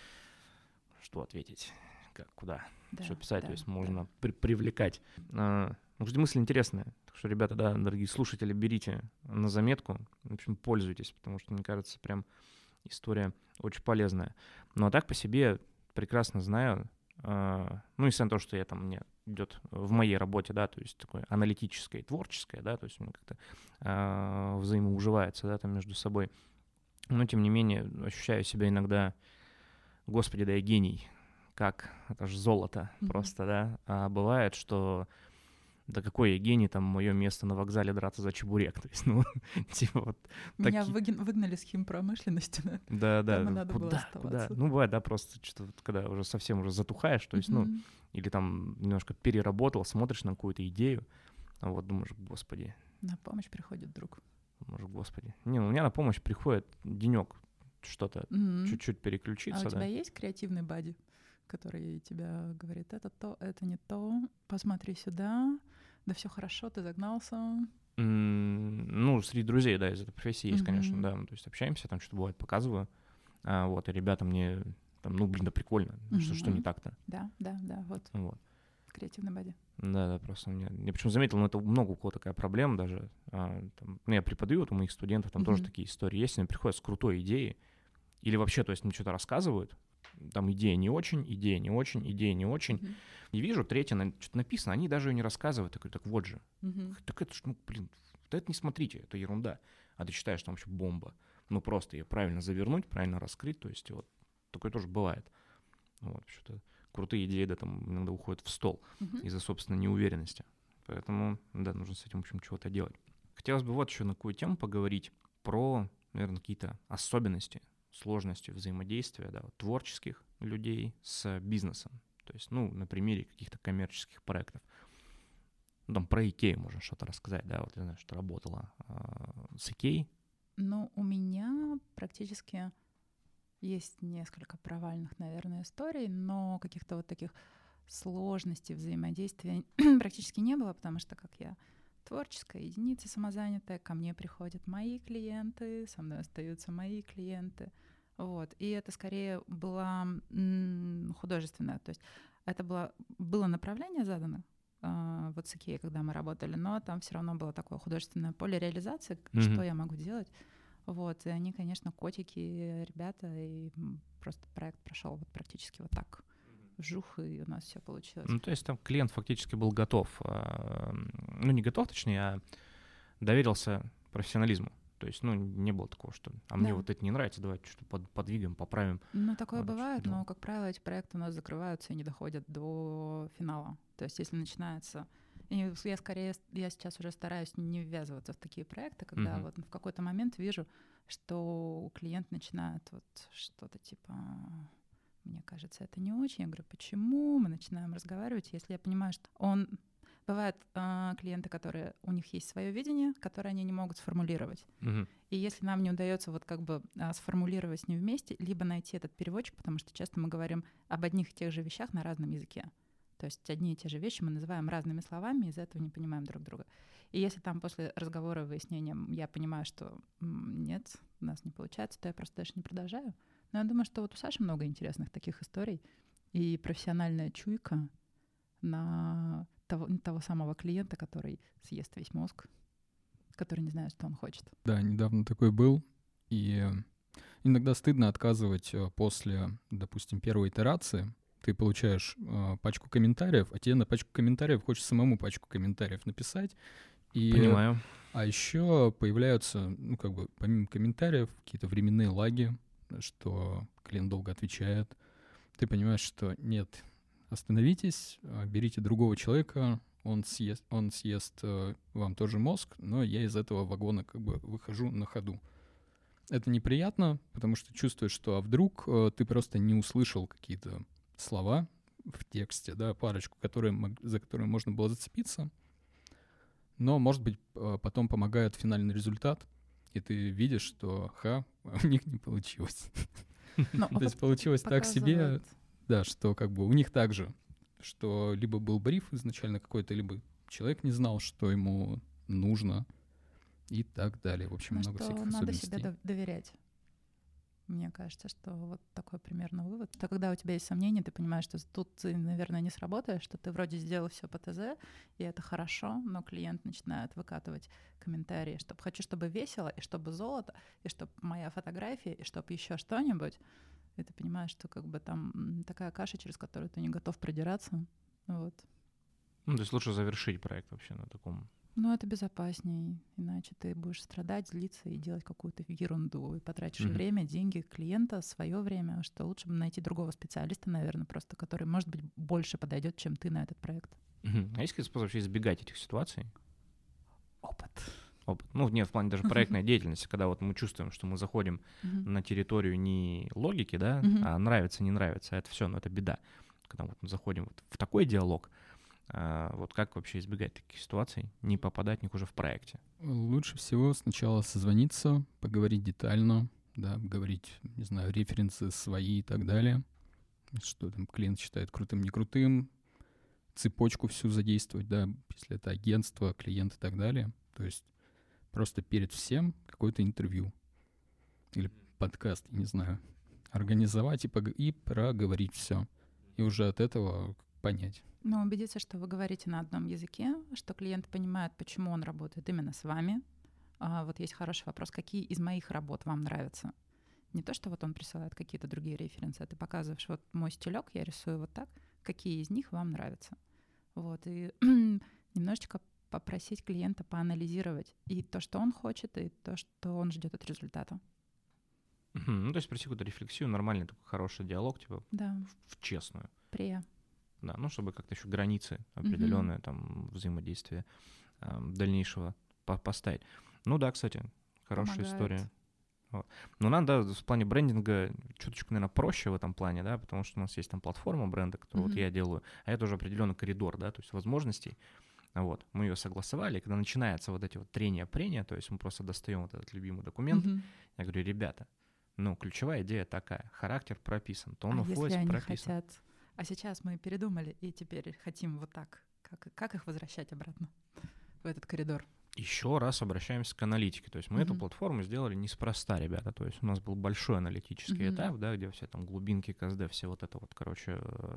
что ответить, как, куда, да, что писать, да, то есть можно да. при- привлекать. А, ну, кстати, мысль интересная. Так что, ребята, да, дорогие слушатели, берите на заметку, в общем, пользуйтесь, потому что, мне кажется, прям история очень полезная. Ну, а так по себе прекрасно знаю, а, ну, несмотря на то, что я там, мне идет в моей работе, да, то есть такое аналитическое и творческое, да, то есть у меня как-то а, взаимоуживается, да, там между собой. Но, тем не менее, ощущаю себя иногда, господи, да я гений, как, это же золото mm-hmm. просто, да. А бывает, что да какой я гений, там мое место на вокзале драться за чебурек, то есть, ну, типа вот Меня таки... выгн... выгнали с химпромышленности, да? Да, да, там да. надо Куда, было оставаться. Куда? Ну, бывает, да, просто что-то, когда уже совсем уже затухаешь, то есть, mm-hmm. ну, или там немножко переработал, смотришь на какую-то идею, а вот думаешь, господи. На помощь приходит друг. Думаешь, господи. Не, ну, у меня на помощь приходит денек что-то mm-hmm. чуть-чуть переключиться. А у да. тебя есть креативный бадди, который тебя говорит, это то, это не то, посмотри сюда, да все хорошо, ты загнался? Mm, ну, среди друзей, да, из этой профессии есть, mm-hmm. конечно, да, то есть общаемся, там что-то бывает показываю, а, вот, и ребята мне там, ну, блин, да прикольно, mm-hmm. что, что не так-то. Да, да, да, вот. Вот. Креативный бадди. Да, да, просто у меня... Я почему заметил, ну, это много у кого такая проблема даже. А, там, ну, я преподаю, вот у моих студентов там mm-hmm. тоже такие истории есть, они приходят с крутой идеей, или вообще, то есть мне что-то рассказывают, там идея не очень, идея не очень, идея не очень. Mm-hmm. И вижу, третья, что-то написано, они даже ее не рассказывают. Такой, так вот же. Mm-hmm. Так это ж, ну, блин, это не смотрите, это ерунда. А ты читаешь, там вообще бомба. Ну, просто ее правильно завернуть, правильно раскрыть, то есть вот такое тоже бывает. Вот, что-то крутые идеи, да, там иногда уходят в стол mm-hmm. из-за собственной неуверенности. Поэтому, да, нужно с этим, в общем, чего-то делать. Хотелось бы вот еще на какую тему поговорить про, наверное, какие-то особенности, сложности взаимодействия, да, вот, творческих людей с бизнесом. То есть, ну, на примере каких-то коммерческих проектов. Ну, там про Икею можно что-то рассказать, да, вот я знаю, что работала э, с Икеей. Ну, у меня практически есть несколько провальных, наверное, историй, но каких-то вот таких сложностей взаимодействия практически не было, потому что, как я творческая единица самозанятая, ко мне приходят мои клиенты, со мной остаются мои клиенты. Вот. И это скорее была м, художественная, то есть это было, было направление задано э, вот с Икеей, когда мы работали, но там все равно было такое художественное поле реализации, mm-hmm. что я могу делать. Вот. И они, конечно, котики, ребята, и просто проект прошел вот практически вот так. Вжух, и у нас все получилось. Ну, то есть там клиент фактически был готов, ну, не готов, точнее, а доверился профессионализму. То есть, ну, не было такого, что «а мне да. вот это не нравится, давайте что-то под, подвигаем, поправим». Ну, такое бывает, но, как правило, эти проекты у нас закрываются и не доходят до финала. То есть, если начинается... И я скорее, я сейчас уже стараюсь не ввязываться в такие проекты, когда uh-huh. вот в какой-то момент вижу, что клиент начинает вот что-то типа... Мне кажется, это не очень. Я говорю, почему? Мы начинаем разговаривать. Если я понимаю, что он... Бывают э, клиенты, которые... У них есть свое видение, которое они не могут сформулировать. Uh-huh. И если нам не удается вот как бы э, сформулировать с ним вместе, либо найти этот переводчик, потому что часто мы говорим об одних и тех же вещах на разном языке. То есть одни и те же вещи мы называем разными словами, и из-за этого не понимаем друг друга. И если там после разговора, выяснения я понимаю, что м- нет, у нас не получается, то я просто дальше не продолжаю. Но я думаю, что вот у Саши много интересных таких историй. И профессиональная чуйка на того, того самого клиента, который съест весь мозг, который не знает, что он хочет. Да, недавно такой был. И иногда стыдно отказывать после, допустим, первой итерации. Ты получаешь э, пачку комментариев, а тебе на пачку комментариев хочется самому пачку комментариев написать. И, Понимаю. А еще появляются, ну, как бы, помимо комментариев, какие-то временные лаги, что клиент долго отвечает. Ты понимаешь, что нет, остановитесь, берите другого человека, он съест, он съест э, вам тоже мозг, но я из этого вагона как бы выхожу на ходу. это неприятно, потому что чувствуешь, что а вдруг э, ты просто не услышал какие-то слова в тексте, да, парочку, которые, за которые можно было зацепиться, но, может быть, потом помогает финальный результат, и ты видишь, что, ха, у них не получилось. То есть получилось так себе, да, что как бы у них так же, что либо был бриф изначально какой-то, либо человек не знал, что ему нужно, и так далее. В общем, много всяких особенностей. Надо себе доверять. Мне кажется, что вот такой примерно вывод. То когда у тебя есть сомнения, ты понимаешь, что тут ты, наверное, не сработаешь, что ты вроде сделал все по ТЗ, и это хорошо, но клиент начинает выкатывать комментарии, чтобы хочу, чтобы весело, и чтобы золото, и чтобы моя фотография, и чтобы еще что-нибудь. И ты понимаешь, что как бы там такая каша, через которую ты не готов продираться. Вот. Ну, то есть лучше завершить проект вообще на таком... Ну, это безопасней, иначе ты будешь страдать, злиться и делать какую-то ерунду, и потратишь mm-hmm. время, деньги клиента, свое время, что лучше бы найти другого специалиста, наверное, просто, который, может быть, больше подойдет, чем ты на этот проект. Mm-hmm. А есть какой-то способ вообще избегать этих ситуаций? Опыт. Опыт. Ну, нет, в плане даже проектной деятельности, когда вот мы чувствуем, что мы заходим mm-hmm. на территорию не логики, да, mm-hmm. а нравится, не нравится, это все, но это беда. Когда вот мы заходим вот в такой диалог, вот как вообще избегать таких ситуаций, не попадать никуда в проекте? Лучше всего сначала созвониться, поговорить детально, да, говорить, не знаю, референсы свои и так далее, что там клиент считает крутым, не крутым, цепочку всю задействовать, да, если это агентство, клиент и так далее. То есть просто перед всем какое-то интервью или подкаст, я не знаю, организовать и, пог- и проговорить все. И уже от этого понять. Но убедиться, что вы говорите на одном языке, что клиент понимает, почему он работает именно с вами. А вот есть хороший вопрос, какие из моих работ вам нравятся? Не то, что вот он присылает какие-то другие референсы, а ты показываешь, вот мой стилек, я рисую вот так, какие из них вам нравятся. Вот, и немножечко попросить клиента поанализировать и то, что он хочет, и то, что он ждет от результата. Ну, то есть пройти какую-то рефлексию, нормальный такой хороший диалог, типа да. в, в честную. Прия. Да, ну, чтобы как-то еще границы определенные, mm-hmm. там, взаимодействия э, дальнейшего по- поставить. Ну да, кстати, хорошая Помогает. история. Вот. Но надо в плане брендинга чуточку, наверное, проще в этом плане, да, потому что у нас есть там платформа бренда, которую mm-hmm. вот я делаю, а это уже определенный коридор, да, то есть возможностей. Вот, мы ее согласовали, и когда начинается вот эти вот трения-прения, то есть мы просто достаем вот этот любимый документ, mm-hmm. я говорю, ребята, ну, ключевая идея такая, характер прописан, tone of voice прописан. А если они хотят... А сейчас мы передумали и теперь хотим вот так. Как, как их возвращать обратно в этот коридор? Еще раз обращаемся к аналитике. То есть мы mm-hmm. эту платформу сделали неспроста, ребята. То есть у нас был большой аналитический mm-hmm. этап, да, где все там глубинки, КСД, все вот это вот, короче,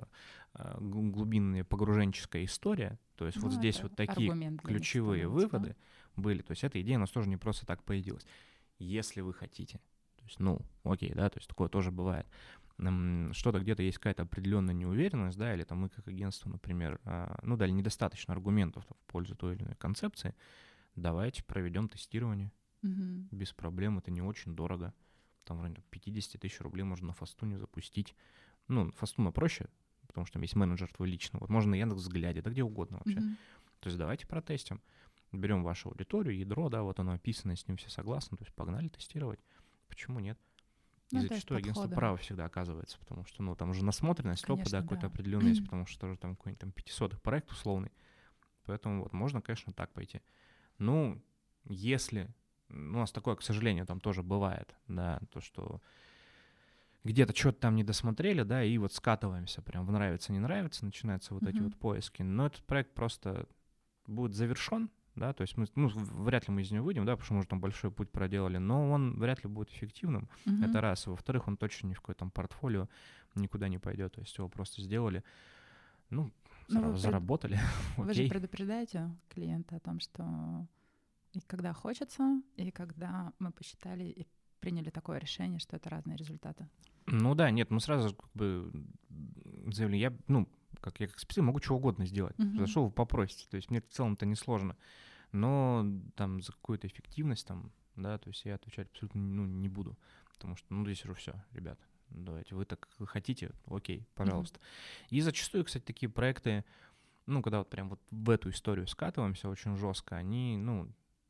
глубинная погруженческая история. То есть ну, вот здесь вот такие ключевые выводы да? были. То есть эта идея у нас тоже не просто так появилась. Если вы хотите. То есть, ну, окей, да, то есть такое тоже бывает. Что-то где-то есть какая-то определенная неуверенность, да, или там мы как агентство, например, ну, дали недостаточно аргументов в пользу той или иной концепции, давайте проведем тестирование. Mm-hmm. Без проблем, это не очень дорого. Там вроде пятьдесят тысяч рублей можно на Фастуне запустить. Ну, Фастуна проще, потому что там есть менеджер твой личный. Вот можно на Яндекс.Взгляде, да где угодно вообще. Mm-hmm. То есть давайте протестим. Берем вашу аудиторию, ядро, да, вот оно описано, с ним все согласны, то есть погнали тестировать. Почему нет? И ну, зачастую агентство право всегда оказывается, потому что, ну, там уже насмотренность, опыт, да, какой-то да. определенный есть, потому что тоже там какой-нибудь там пятисотый проект условный. Поэтому вот можно, конечно, так пойти. Ну, если... Ну, у нас такое, к сожалению, там тоже бывает, да, то, что где-то что-то там не досмотрели, да, и вот скатываемся прям в нравится, не нравится, начинаются вот mm-hmm. эти вот поиски. Но этот проект просто будет завершен, да, то есть мы, ну, вряд ли мы из него выйдем, да, потому что мы уже там большой путь проделали, но он вряд ли будет эффективным, mm-hmm. это раз. И во-вторых, он точно ни в какое там портфолио никуда не пойдет, то есть его просто сделали, ну, ну заработали. Вы же предупреждаете клиента о том, что и когда хочется, и когда мы посчитали и приняли такое решение, что это разные результаты. Ну да, нет, мы сразу как бы заявили, я, ну, как я как специалист могу что угодно сделать. Uh-huh. За что вы попросите? То есть мне в целом-то не сложно. Но там за какую-то эффективность там, да, то есть я отвечать абсолютно ну, не буду. Потому что, ну, здесь уже все, ребята, давайте, вы так хотите, окей, пожалуйста. Uh-huh. И зачастую, кстати, такие проекты, ну, когда вот прям вот в эту историю скатываемся очень жестко, они, ну,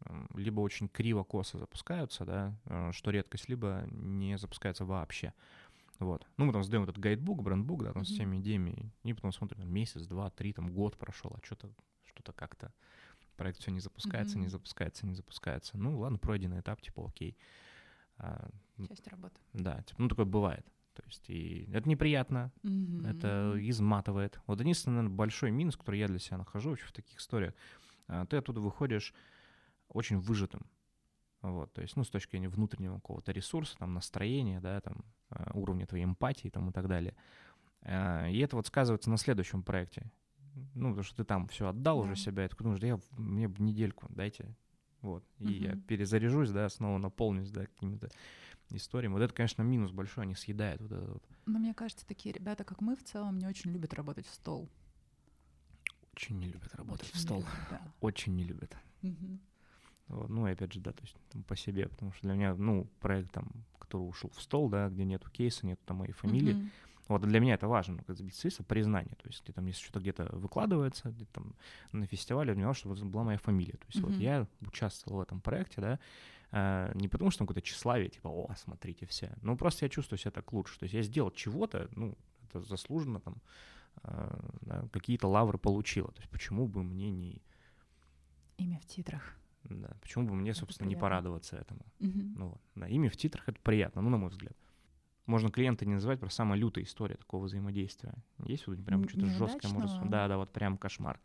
либо очень криво-косо запускаются, да, что редкость, либо не запускаются вообще. Вот. Ну, мы там сдаем этот гайдбук, брендбук, да, там, mm-hmm. с теми идеями, и потом смотрим, там, месяц, два, три, там, год прошел, а что-то, что-то как-то проект все не запускается, mm-hmm. не запускается, не запускается. Ну, ладно, пройденный этап, типа, окей. А, часть работы. Да, типа, ну, такое бывает. То есть, и это неприятно, mm-hmm. это изматывает. Вот единственный, наверное, большой минус, который я для себя нахожу вообще в таких историях, ты оттуда выходишь очень выжатым. Вот, то есть, ну, с точки зрения внутреннего какого-то ресурса, там, настроения, да, там, уровня твоей эмпатии, там, и так далее. И это вот сказывается на следующем проекте. Ну, потому что ты там все отдал да. уже себя, и такой думаешь, да я, мне недельку дайте, вот, и uh-huh. я перезаряжусь, да, снова наполнюсь, да, какими-то историями. Вот это, конечно, минус большой, они съедают вот это вот. Но мне кажется, такие ребята, как мы, в целом не очень любят работать в стол. Очень не любят работать очень в стол. Любят, да. Очень не любят. Uh-huh. Вот, ну, и опять же, да, то есть там, по себе, потому что для меня, ну, проект, там, который ушел в стол, да, где нету кейса, нету там моей фамилии, uh-huh. вот, для меня это важно, ну, как специалиста, признание, то есть, где, там, если что-то где-то выкладывается, где там на фестивале, мне важно, чтобы была моя фамилия, то есть, uh-huh. вот, я участвовал в этом проекте, да, а, не потому что там какое-то тщеславие, типа, о, смотрите все, ну, просто я чувствую себя так лучше, то есть, я сделал чего-то, ну, это заслуженно, там, а, да, какие-то лавры получила, то есть, почему бы мне не... Имя в титрах. Да, почему бы мне, это собственно, приятно. Не порадоваться этому? Uh-huh. Ну, вот, да, имя в титрах — это приятно, ну, на мой взгляд. Можно клиента не называть, просто самая лютая история такого взаимодействия. Есть вот прям что-то жесткое, может... Да, да, вот прям кошмар.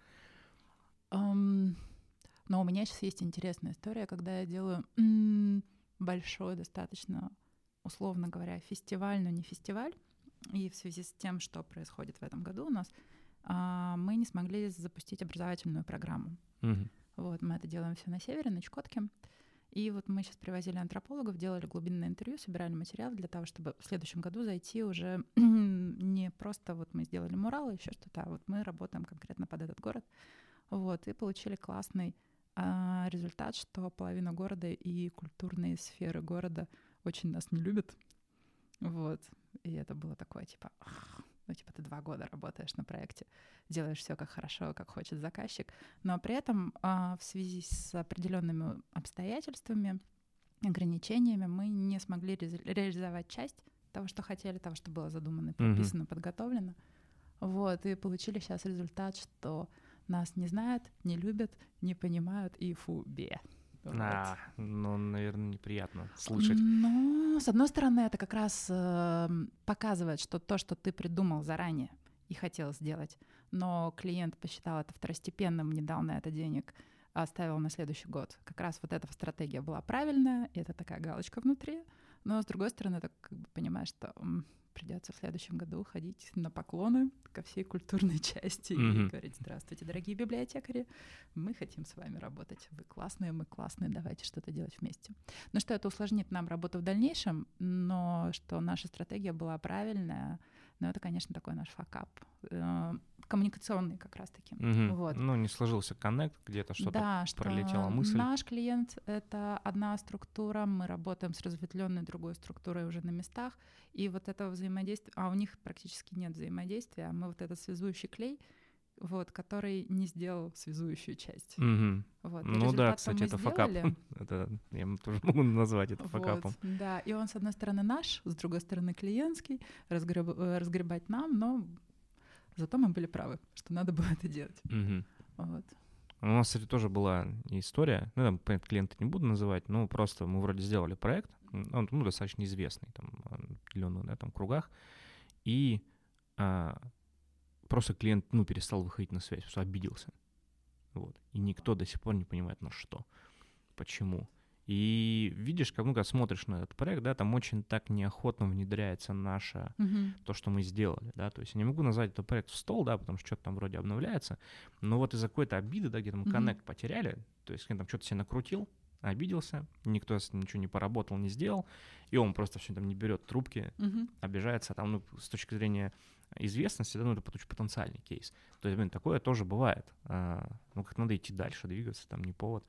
Um, но у меня сейчас есть интересная история, когда я делаю м- большой достаточно, условно говоря, фестиваль, но не фестиваль. И в связи с тем, что происходит в этом году у нас, а, мы не смогли запустить образовательную программу. Uh-huh. Вот, мы это делаем все на севере, на Чукотке. И вот мы сейчас привозили антропологов, делали глубинное интервью, собирали материал для того, чтобы в следующем году зайти уже не просто вот мы сделали мурал, еще что-то, а вот мы работаем конкретно под этот город. Вот, и получили классный а, результат, что половина города и культурные сферы города очень нас не любят. Вот, и это было такое, типа... Ну, типа, ты два года работаешь на проекте, делаешь все как хорошо, как хочет заказчик, но при этом а, в связи с определенными обстоятельствами, ограничениями мы не смогли ре- реализовать часть того, что хотели, того, что было задумано, прописано, mm-hmm. подготовлено. Вот, и получили сейчас результат, что нас не знают, не любят, не понимают и фу, бе. Вот. А, ну, наверное, неприятно слышать. Ну, с одной стороны, это как раз э, показывает, что то, что ты придумал заранее и хотел сделать, но клиент посчитал это второстепенным, не дал на это денег, а оставил на следующий год. Как раз вот эта стратегия была правильная, и это такая галочка внутри. Но, с другой стороны, ты как бы понимаешь, что м, придется в следующем году ходить на поклоны ко всей культурной части mm-hmm. и говорить: здравствуйте, дорогие библиотекари, мы хотим с вами работать. Вы классные, мы классные, давайте что-то делать вместе. Ну что, это усложнит нам работу в дальнейшем, но что наша стратегия была правильная, но это, конечно, такой наш факап. Коммуникационный как раз-таки. Mm-hmm. Вот. Ну, не сложился коннект, где-то что-то да, пролетела что мысль. Наш клиент — это одна структура, мы работаем с разветвленной другой структурой уже на местах, и вот этого взаимодействия, а у них практически нет взаимодействия, а мы вот этот связующий клей, вот, который не сделал связующую часть. Mm-hmm. Вот. Ну да, кстати, это факап. Это, я тоже могу назвать это факапом. Вот, да, и он, с одной стороны, наш, с другой стороны, клиентский, разгреб... разгребать нам, но зато мы были правы, что надо было это делать. Mm-hmm. Вот. У нас, кстати, тоже была история, ну, там, клиента не буду называть, но просто мы вроде сделали проект, он, ну, достаточно известный, там, в определенных, да, там, кругах, и а, просто клиент, ну, перестал выходить на связь, потому что обиделся, вот, и никто до сих пор не понимает, на что, почему. И видишь, как, ну, когда смотришь на этот проект, да, там очень так неохотно внедряется наше, mm-hmm. то, что мы сделали, да, то есть я не могу назвать этот проект в стол, да, потому что что-то там вроде обновляется, но вот из-за какой-то обиды, да, где-то мы коннект mm-hmm. потеряли, то есть клиент там что-то себе накрутил, обиделся, никто с ним ничего не поработал, не сделал, и он просто все там не берет трубки, mm-hmm. обижается, там, ну, с точки зрения известности, да, ну, это очень потенциальный кейс. То есть, блин, такое тоже бывает, а, ну, как надо идти дальше, двигаться, там, не повод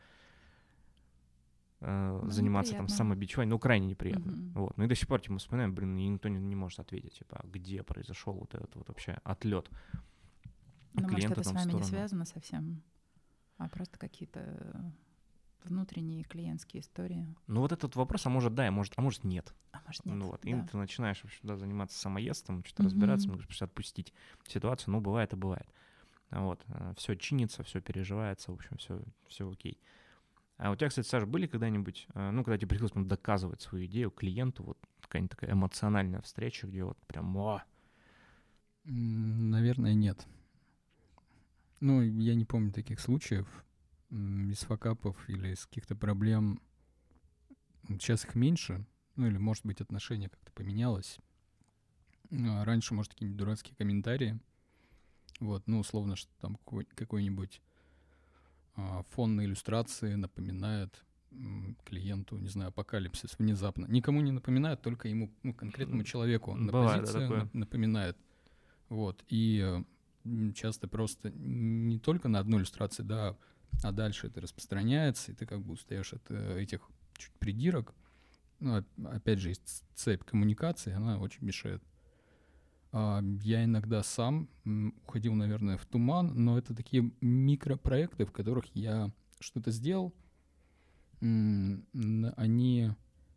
Uh, ну, заниматься неприятно. Там самобичеванием, ну, крайне неприятно. Mm-hmm. Вот. Ну и до сих пор типа, мы вспоминаем, блин, и никто не, не может ответить, типа, где произошел вот этот вот вообще отлет ну, клиента. Может, это там с вами не связано совсем, а просто какие-то внутренние клиентские истории. Ну вот этот вопрос, а может да, а может, а может нет. А может нет, Ну вот, да. и ты начинаешь вообще, да, заниматься самоедством, что-то Мгм. разбираться, мне кажется, отпустить ситуацию, ну бывает и бывает. Вот, все чинится, все переживается, в общем, все, все окей. А у тебя, кстати, Саш, были когда-нибудь, ну, когда тебе приходилось прям доказывать свою идею клиенту, вот какая-нибудь такая эмоциональная встреча, где вот прям, о, М, Наверное, нет. Ну, я не помню таких случаев м, из факапов или из каких-то проблем. Сейчас их меньше, ну или, может быть, отношение как-то поменялось. А раньше, может, какие-нибудь дурацкие комментарии. Вот, ну, условно, что там какой- какой-нибудь а, фон на иллюстрации напоминает м, клиенту, не знаю, апокалипсис внезапно. Никому не напоминает, только ему, ну, конкретному человеку на Бывает, да, позиции такое. нап- напоминает. Вот, и э, м, часто просто не только на одну иллюстрацию, да, а дальше это распространяется, и ты как бы устаешь от э, этих чуть придирок. Ну, оп- опять же, есть цепь коммуникации, она очень мешает. А, Я иногда сам м, уходил, наверное, в туман, но это такие микропроекты, в которых я что-то сделал, м, н- они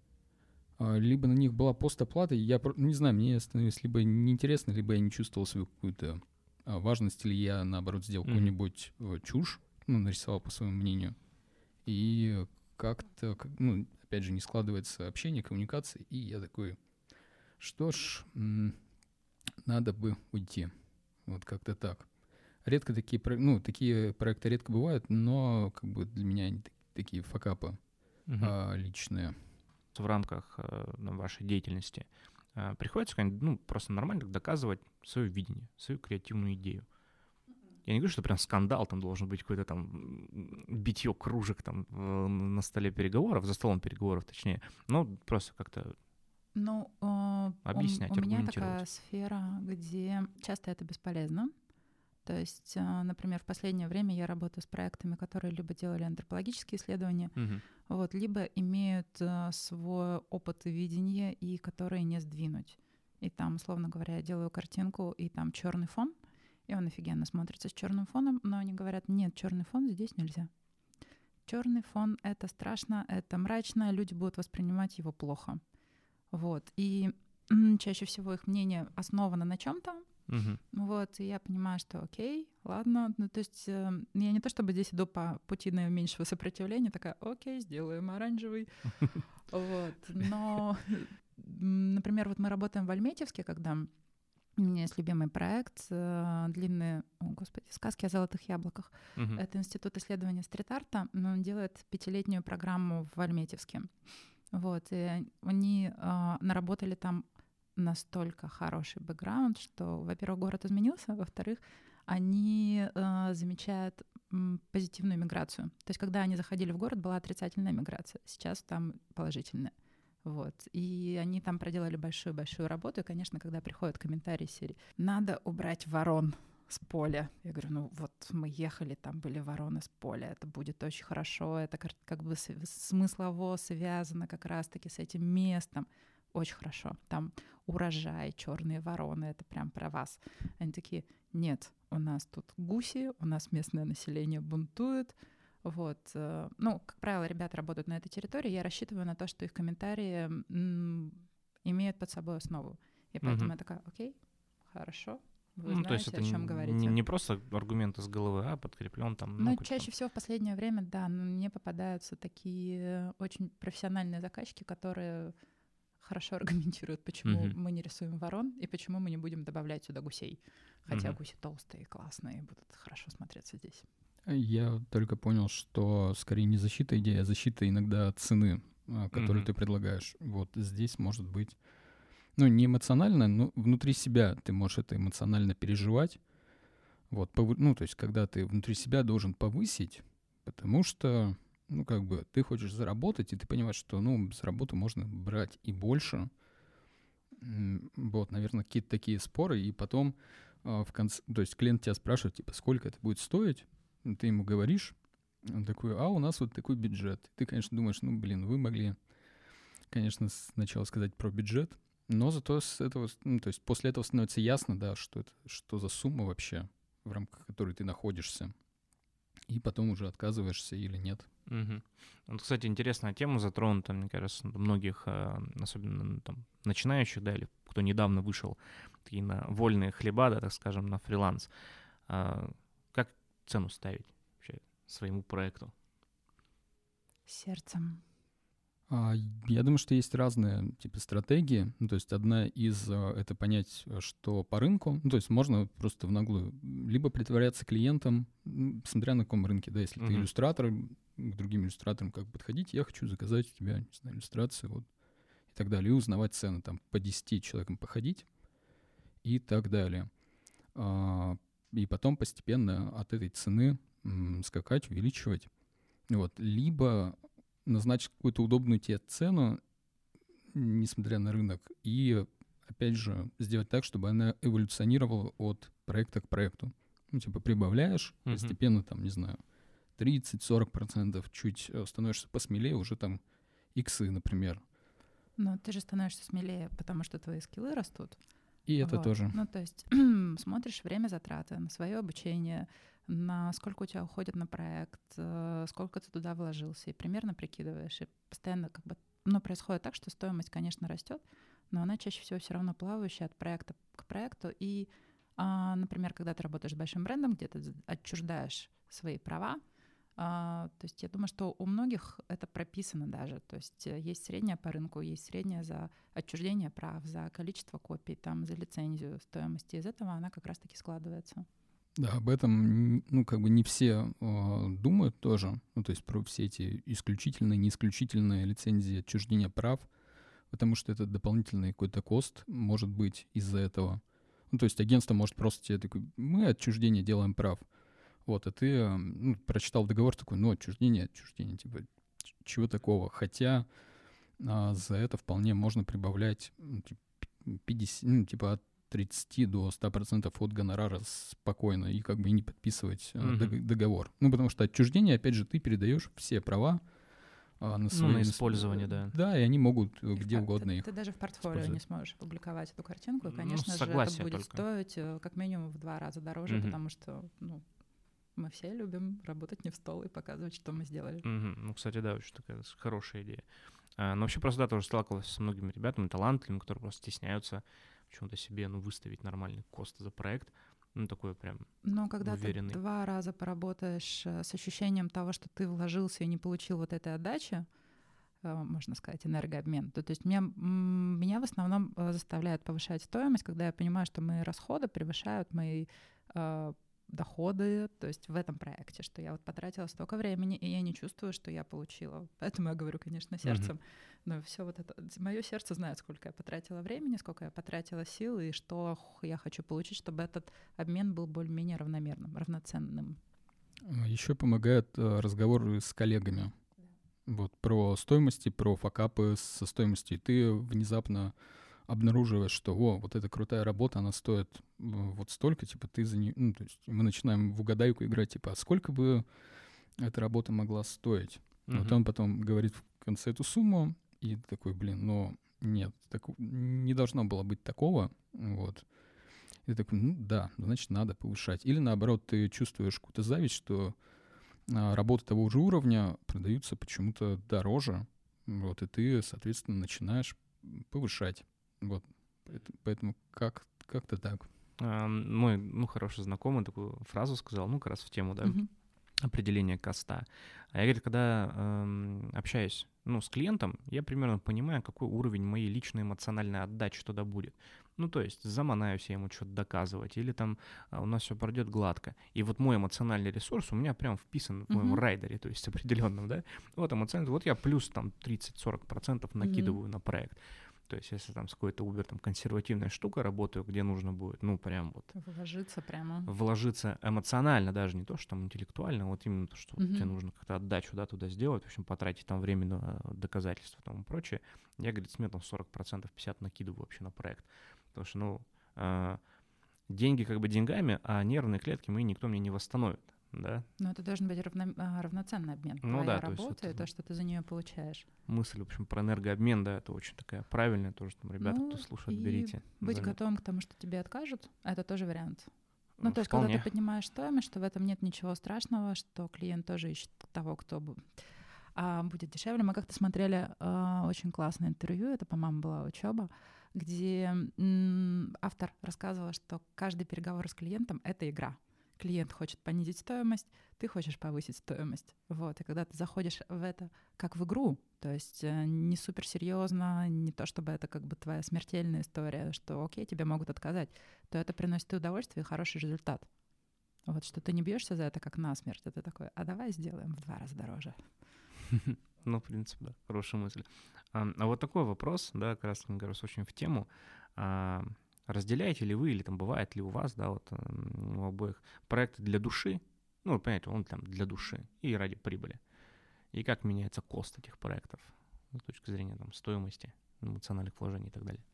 а, либо на них была постоплата, и я про- ну, не знаю, мне становилось либо неинтересно, либо я не чувствовал свою какую-то а, важность, или я, наоборот, сделал Мгм. какую-нибудь э, чушь, ну, нарисовал по своему мнению, и как-то, как- ну, опять же, не складывается общение, коммуникация, и я такой, что ж, м, надо бы уйти. Вот как-то так. Редко такие, про- ну, такие проекты редко бывают, но как бы для меня они так- такие факапы Мгм. а, личные. в рамках э, на вашей деятельности э, приходится как-нибудь, ну, просто нормально доказывать свое видение, свою креативную идею. Я не говорю, что прям скандал, там должен быть какое-то там м, битье кружек там э, на столе переговоров, за столом переговоров точнее, но просто как-то Ну, э, у, объяснять, у меня аргументировать. такая сфера, где часто это бесполезно. То есть, э, например, в последнее время я работаю с проектами, которые либо делали антропологические исследования, Мгм. вот, либо имеют э, свой опыт и видение, и которые не сдвинуть. И там, условно говоря, я делаю картинку, и там черный фон, и он офигенно смотрится с черным фоном, но они говорят, нет, черный фон здесь нельзя. Черный фон — это страшно, это мрачно, люди будут воспринимать его плохо. Вот. И м, чаще всего их мнение основано на чем-то. Мгм. Вот, и я понимаю, что окей, ладно. Ну, то есть э, я не то чтобы здесь иду по пути наименьшего сопротивления, такая, окей, сделаем оранжевый. Вот. Но, м, например, вот мы работаем в Альметьевске, когда у меня есть любимый проект, э, длинные, о, господи, сказки о золотых яблоках. Мгм. Это Институт исследования стрит-арта, но он делает пятилетнюю программу в Альметьевске. Вот, и они э, наработали там настолько хороший бэкграунд, что, во-первых, город изменился, во-вторых, они э, замечают м, позитивную миграцию. То есть, когда они заходили в город, была отрицательная миграция, сейчас там положительная. Вот. И они там проделали большую-большую работу. И, конечно, когда приходят комментарии серии «Надо убрать ворон с поля». Я говорю, ну вот мы ехали, там были вороны с поля, это будет очень хорошо, это как, как бы с- смыслово связано как раз-таки с этим местом. Очень хорошо. Там урожай, черные вороны, это прям про вас. Они такие, нет, у нас тут гуси, у нас местное население бунтует. Вот. э, Ну, как правило, ребята работают на этой территории. Я рассчитываю на то, что их комментарии м, имеют под собой основу. И поэтому Мгм. я такая, окей, хорошо, вы Ну, то есть знаете, это о чем н- говорите. не просто аргумент из головы, а подкреплен там, ну, Но хоть чаще там. всего в последнее время, да, м, мне попадаются такие очень профессиональные заказчики, которые хорошо аргументируют, почему Мгм. мы не рисуем ворон и почему мы не будем добавлять сюда гусей. Хотя Мгм. гуси толстые, классные, будут хорошо смотреться здесь. Я только понял, что скорее не защита идеи, а защита иногда цены, а, которую Мгм. ты предлагаешь. Вот здесь может быть, ну, не эмоционально, но внутри себя ты можешь это эмоционально переживать. Вот, повы- ну, то есть, когда ты внутри себя должен повысить, потому что, ну, как бы, ты хочешь заработать, и ты понимаешь, что, ну, за работу можно брать и больше. М, Вот, наверное, какие-то такие споры, и потом а, в конце, то есть клиент тебя спрашивает, типа, сколько это будет стоить, Ну, ты ему говоришь, он такой, а у нас вот такой бюджет. Ты, конечно, думаешь, ну, блин, вы могли, конечно, сначала сказать про бюджет, но зато с этого, ну, то есть после этого становится ясно, да, что это, что за сумма вообще, в рамках которой ты находишься, и потом уже отказываешься или нет. Угу. Вот, кстати, интересная тема затронута, мне кажется, многих, особенно там, начинающих, да, или кто недавно вышел такие на вольные хлеба, да, так скажем, на фриланс. Как цену ставить вообще своему проекту? Сердцем. Я думаю, что есть разные типа стратегии. Ну, то есть одна из — это понять, что по рынку. Ну, то есть можно просто в наглую либо притворяться клиентом, смотря на каком рынке. Да, если uh-huh. ты иллюстратор, к другим иллюстраторам как подходить, я хочу заказать у тебя, не знаю, иллюстрации, вот, и так далее. И узнавать цены, там, по десяти человекам походить и так далее. И потом постепенно от этой цены скакать, увеличивать. Вот. Либо назначить какую-то удобную тебе цену, несмотря на рынок, и, опять же, сделать так, чтобы она эволюционировала от проекта к проекту. Ну, типа, прибавляешь uh-huh. постепенно, там, не знаю, тридцать-сорок процентов, чуть становишься посмелее, уже там иксы, например. Но ты же становишься смелее, потому что твои скиллы растут. И это вот. тоже. Ну, то есть смотришь время затраты на свое обучение, на сколько у тебя уходит на проект, сколько ты туда вложился, и примерно прикидываешь. И постоянно как бы, ну, происходит так, что стоимость, конечно, растет, но она чаще всего все равно плавающая от проекта к проекту. И, а, например, когда ты работаешь с большим брендом, где ты отчуждаешь свои права, а, то есть я думаю, что у многих это прописано даже. То есть есть средняя по рынку, есть средняя за отчуждение прав, за количество копий, там, за лицензию стоимости. Из этого она как раз-таки складывается. Да, об этом, ну, как бы не все э, думают тоже, ну, то есть про все эти исключительные, неисключительные лицензии отчуждения прав, потому что это дополнительный какой-то кост может быть из-за этого. Ну, то есть агентство может просто тебе такой, мы отчуждение делаем прав. Вот, а ты ну, прочитал договор такой, ну, отчуждение, отчуждение, типа, чего такого? Хотя а, за это вполне можно прибавлять ну, пятьдесят, ну, типа от тридцати до ста процентов от гонорара спокойно и как бы не подписывать uh-huh. договор. Ну, потому что отчуждение, опять же, ты передаешь все права а, на свои... Ну, на использование, да. Да, и они могут и где в, угодно ты, их ты даже в портфолио не сможешь опубликовать эту картинку, и, конечно ну, же, это будет только. стоить как минимум в два раза дороже, uh-huh. потому что, ну, мы все любим работать не в стол и показывать, что мы сделали. Uh-huh. Ну, кстати, да, очень такая хорошая идея. А, но вообще просто, да, тоже сталкивался со многими ребятами, талантливыми, которые просто стесняются почему-то себе, ну, выставить нормальный кост за проект, ну, такой прям Но когда уверенный. ты два раза поработаешь с ощущением того, что ты вложился и не получил вот этой отдачи, можно сказать, энергообмен, то, то есть меня, меня в основном заставляет повышать стоимость, когда я понимаю, что мои расходы превышают мои э, доходы, то есть в этом проекте, что я вот потратила столько времени, и я не чувствую, что я получила. Поэтому я говорю, конечно, сердцем. Uh-huh. Но все вот это... Мое сердце знает, сколько я потратила времени, сколько я потратила сил, и что я хочу получить, чтобы этот обмен был более-менее равномерным, равноценным. Еще помогает разговоры с коллегами. Вот, про стоимости, про факапы со стоимостью. И ты внезапно обнаруживаешь, что, о, вот эта крутая работа, она стоит вот столько, типа, ты за нее... Ну, то есть мы начинаем в угадайку играть, типа, а сколько бы эта работа могла стоить? Uh-huh. Вот он потом говорит в конце эту сумму, и ты такой, блин, ну, нет, так, не должно было быть такого, вот. И ты такой, ну, да, значит, надо повышать. Или, наоборот, ты чувствуешь какую-то зависть, что а, работы того же уровня продаются почему-то дороже, вот, и ты, соответственно, начинаешь повышать. Вот, поэтому как, как-то так. А, мой, ну, хороший знакомый такую фразу сказал, ну, как раз в тему, да, uh-huh. определения коста. А я, говорит, когда э, общаюсь, ну, с клиентом, я примерно понимаю, какой уровень моей личной эмоциональной отдачи туда будет. Ну, то есть заманаюсь я ему что-то доказывать, или там а, у нас все пройдет гладко. И вот мой эмоциональный ресурс у меня прям вписан в моем uh-huh. райдере, то есть определенном, да. Вот эмоциональный, вот я плюс там тридцать-сорок процентов накидываю uh-huh. на проект. То есть если там с какой-то Uber там консервативной штукой работаю, где нужно будет, ну, прям вот... Вложиться прямо. Вложиться эмоционально, даже не то, что там интеллектуально, вот именно то, что uh-huh. тебе нужно как-то отдачу, да, туда сделать, в общем, потратить там время на доказательства и тому прочее. Я, говорит, смело сорок процентов, пятьдесят процентов накидываю вообще на проект. Потому что, ну, э, деньги как бы деньгами, а нервные клетки мы никто мне не восстановит. Да? Но это должен быть равно, равноценный обмен. Ну, Твоя да, работа то и то, что ты за нее получаешь. Мысль, в общем, про энергообмен, да, это очень такая правильная тоже. Там, ребята, ну, кто слушает, берите. Быть заметку. готовым к тому, что тебе откажут, это тоже вариант. Ну, ну то есть, вполне. когда ты поднимаешь стоимость, что в этом нет ничего страшного, что клиент тоже ищет того, кто бы а, будет дешевле. Мы как-то смотрели а, очень классное интервью, это, по-моему, была учеба, где м, автор рассказывал, что каждый переговор с клиентом — это игра. Клиент хочет понизить стоимость, ты хочешь повысить стоимость. Вот. И когда ты заходишь в это как в игру, то есть не суперсерьезно, не то чтобы это как бы твоя смертельная история, что окей, тебе могут отказать, то это приносит и удовольствие, и хороший результат. Вот, что ты не бьешься за это как насмерть, а ты такой, а давай сделаем в два раза дороже. Ну, в принципе, да, хорошая мысль. А, а вот такой вопрос, да, как раз, мне кажется, очень в тему. А, разделяете ли вы, или там бывает ли у вас, да, вот у обоих проекты для души, ну, понимаете, он там для души и ради прибыли. И как меняется кост этих проектов с точки зрения там стоимости, эмоциональных вложений и так далее?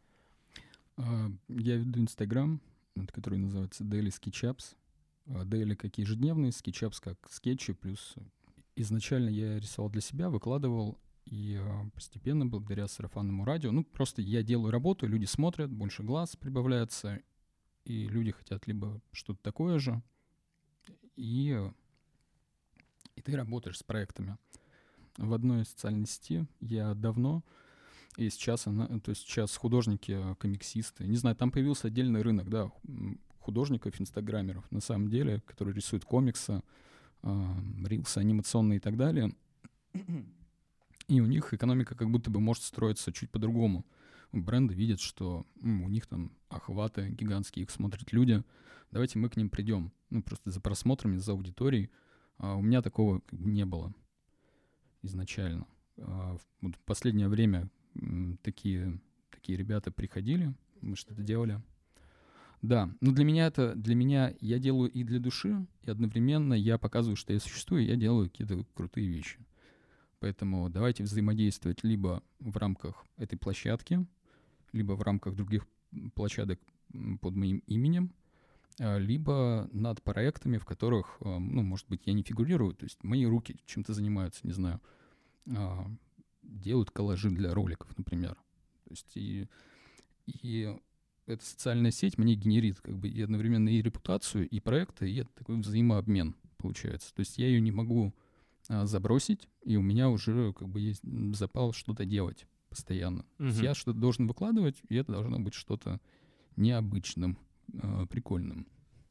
Я веду Инстаграм, который называется Daily Sketchups. Daily как ежедневный, Sketchups как скетчи, плюс изначально я рисовал для себя, выкладывал, и постепенно, благодаря сарафанному радио, ну, просто я делаю работу, люди смотрят, больше глаз прибавляется, и люди хотят либо что-то такое же, и, и ты работаешь с проектами. В одной социальной сети я давно, и сейчас, она, то есть сейчас художники, комиксисты, не знаю, там появился отдельный рынок, да, художников, инстаграмеров, на самом деле, которые рисуют комиксы, рилсы анимационные и так далее. И у них экономика как будто бы может строиться чуть по-другому. Бренды видят, что м, у них там охваты гигантские, их смотрят люди. Давайте мы к ним придем. Ну, просто за просмотрами, за аудиторией. А у меня такого как бы не было изначально. А в, в последнее время м, такие, такие ребята приходили, мы что-то делали. Да, но для меня это, для меня я делаю и для души, и одновременно я показываю, что я существую, и я делаю какие-то крутые вещи. Поэтому давайте взаимодействовать либо в рамках этой площадки, либо в рамках других площадок под моим именем, либо над проектами, в которых, ну, может быть, я не фигурирую, то есть мои руки чем-то занимаются, не знаю, делают коллажи для роликов, например. То есть и, и эта социальная сеть мне генерит как бы и одновременно и репутацию, и проекты, и это такой взаимообмен получается. То есть я ее не могу а, забросить, и у меня уже как бы есть запал что-то делать постоянно. Uh-huh. То есть я что-то должен выкладывать, и это должно быть что-то необычным, а, прикольным.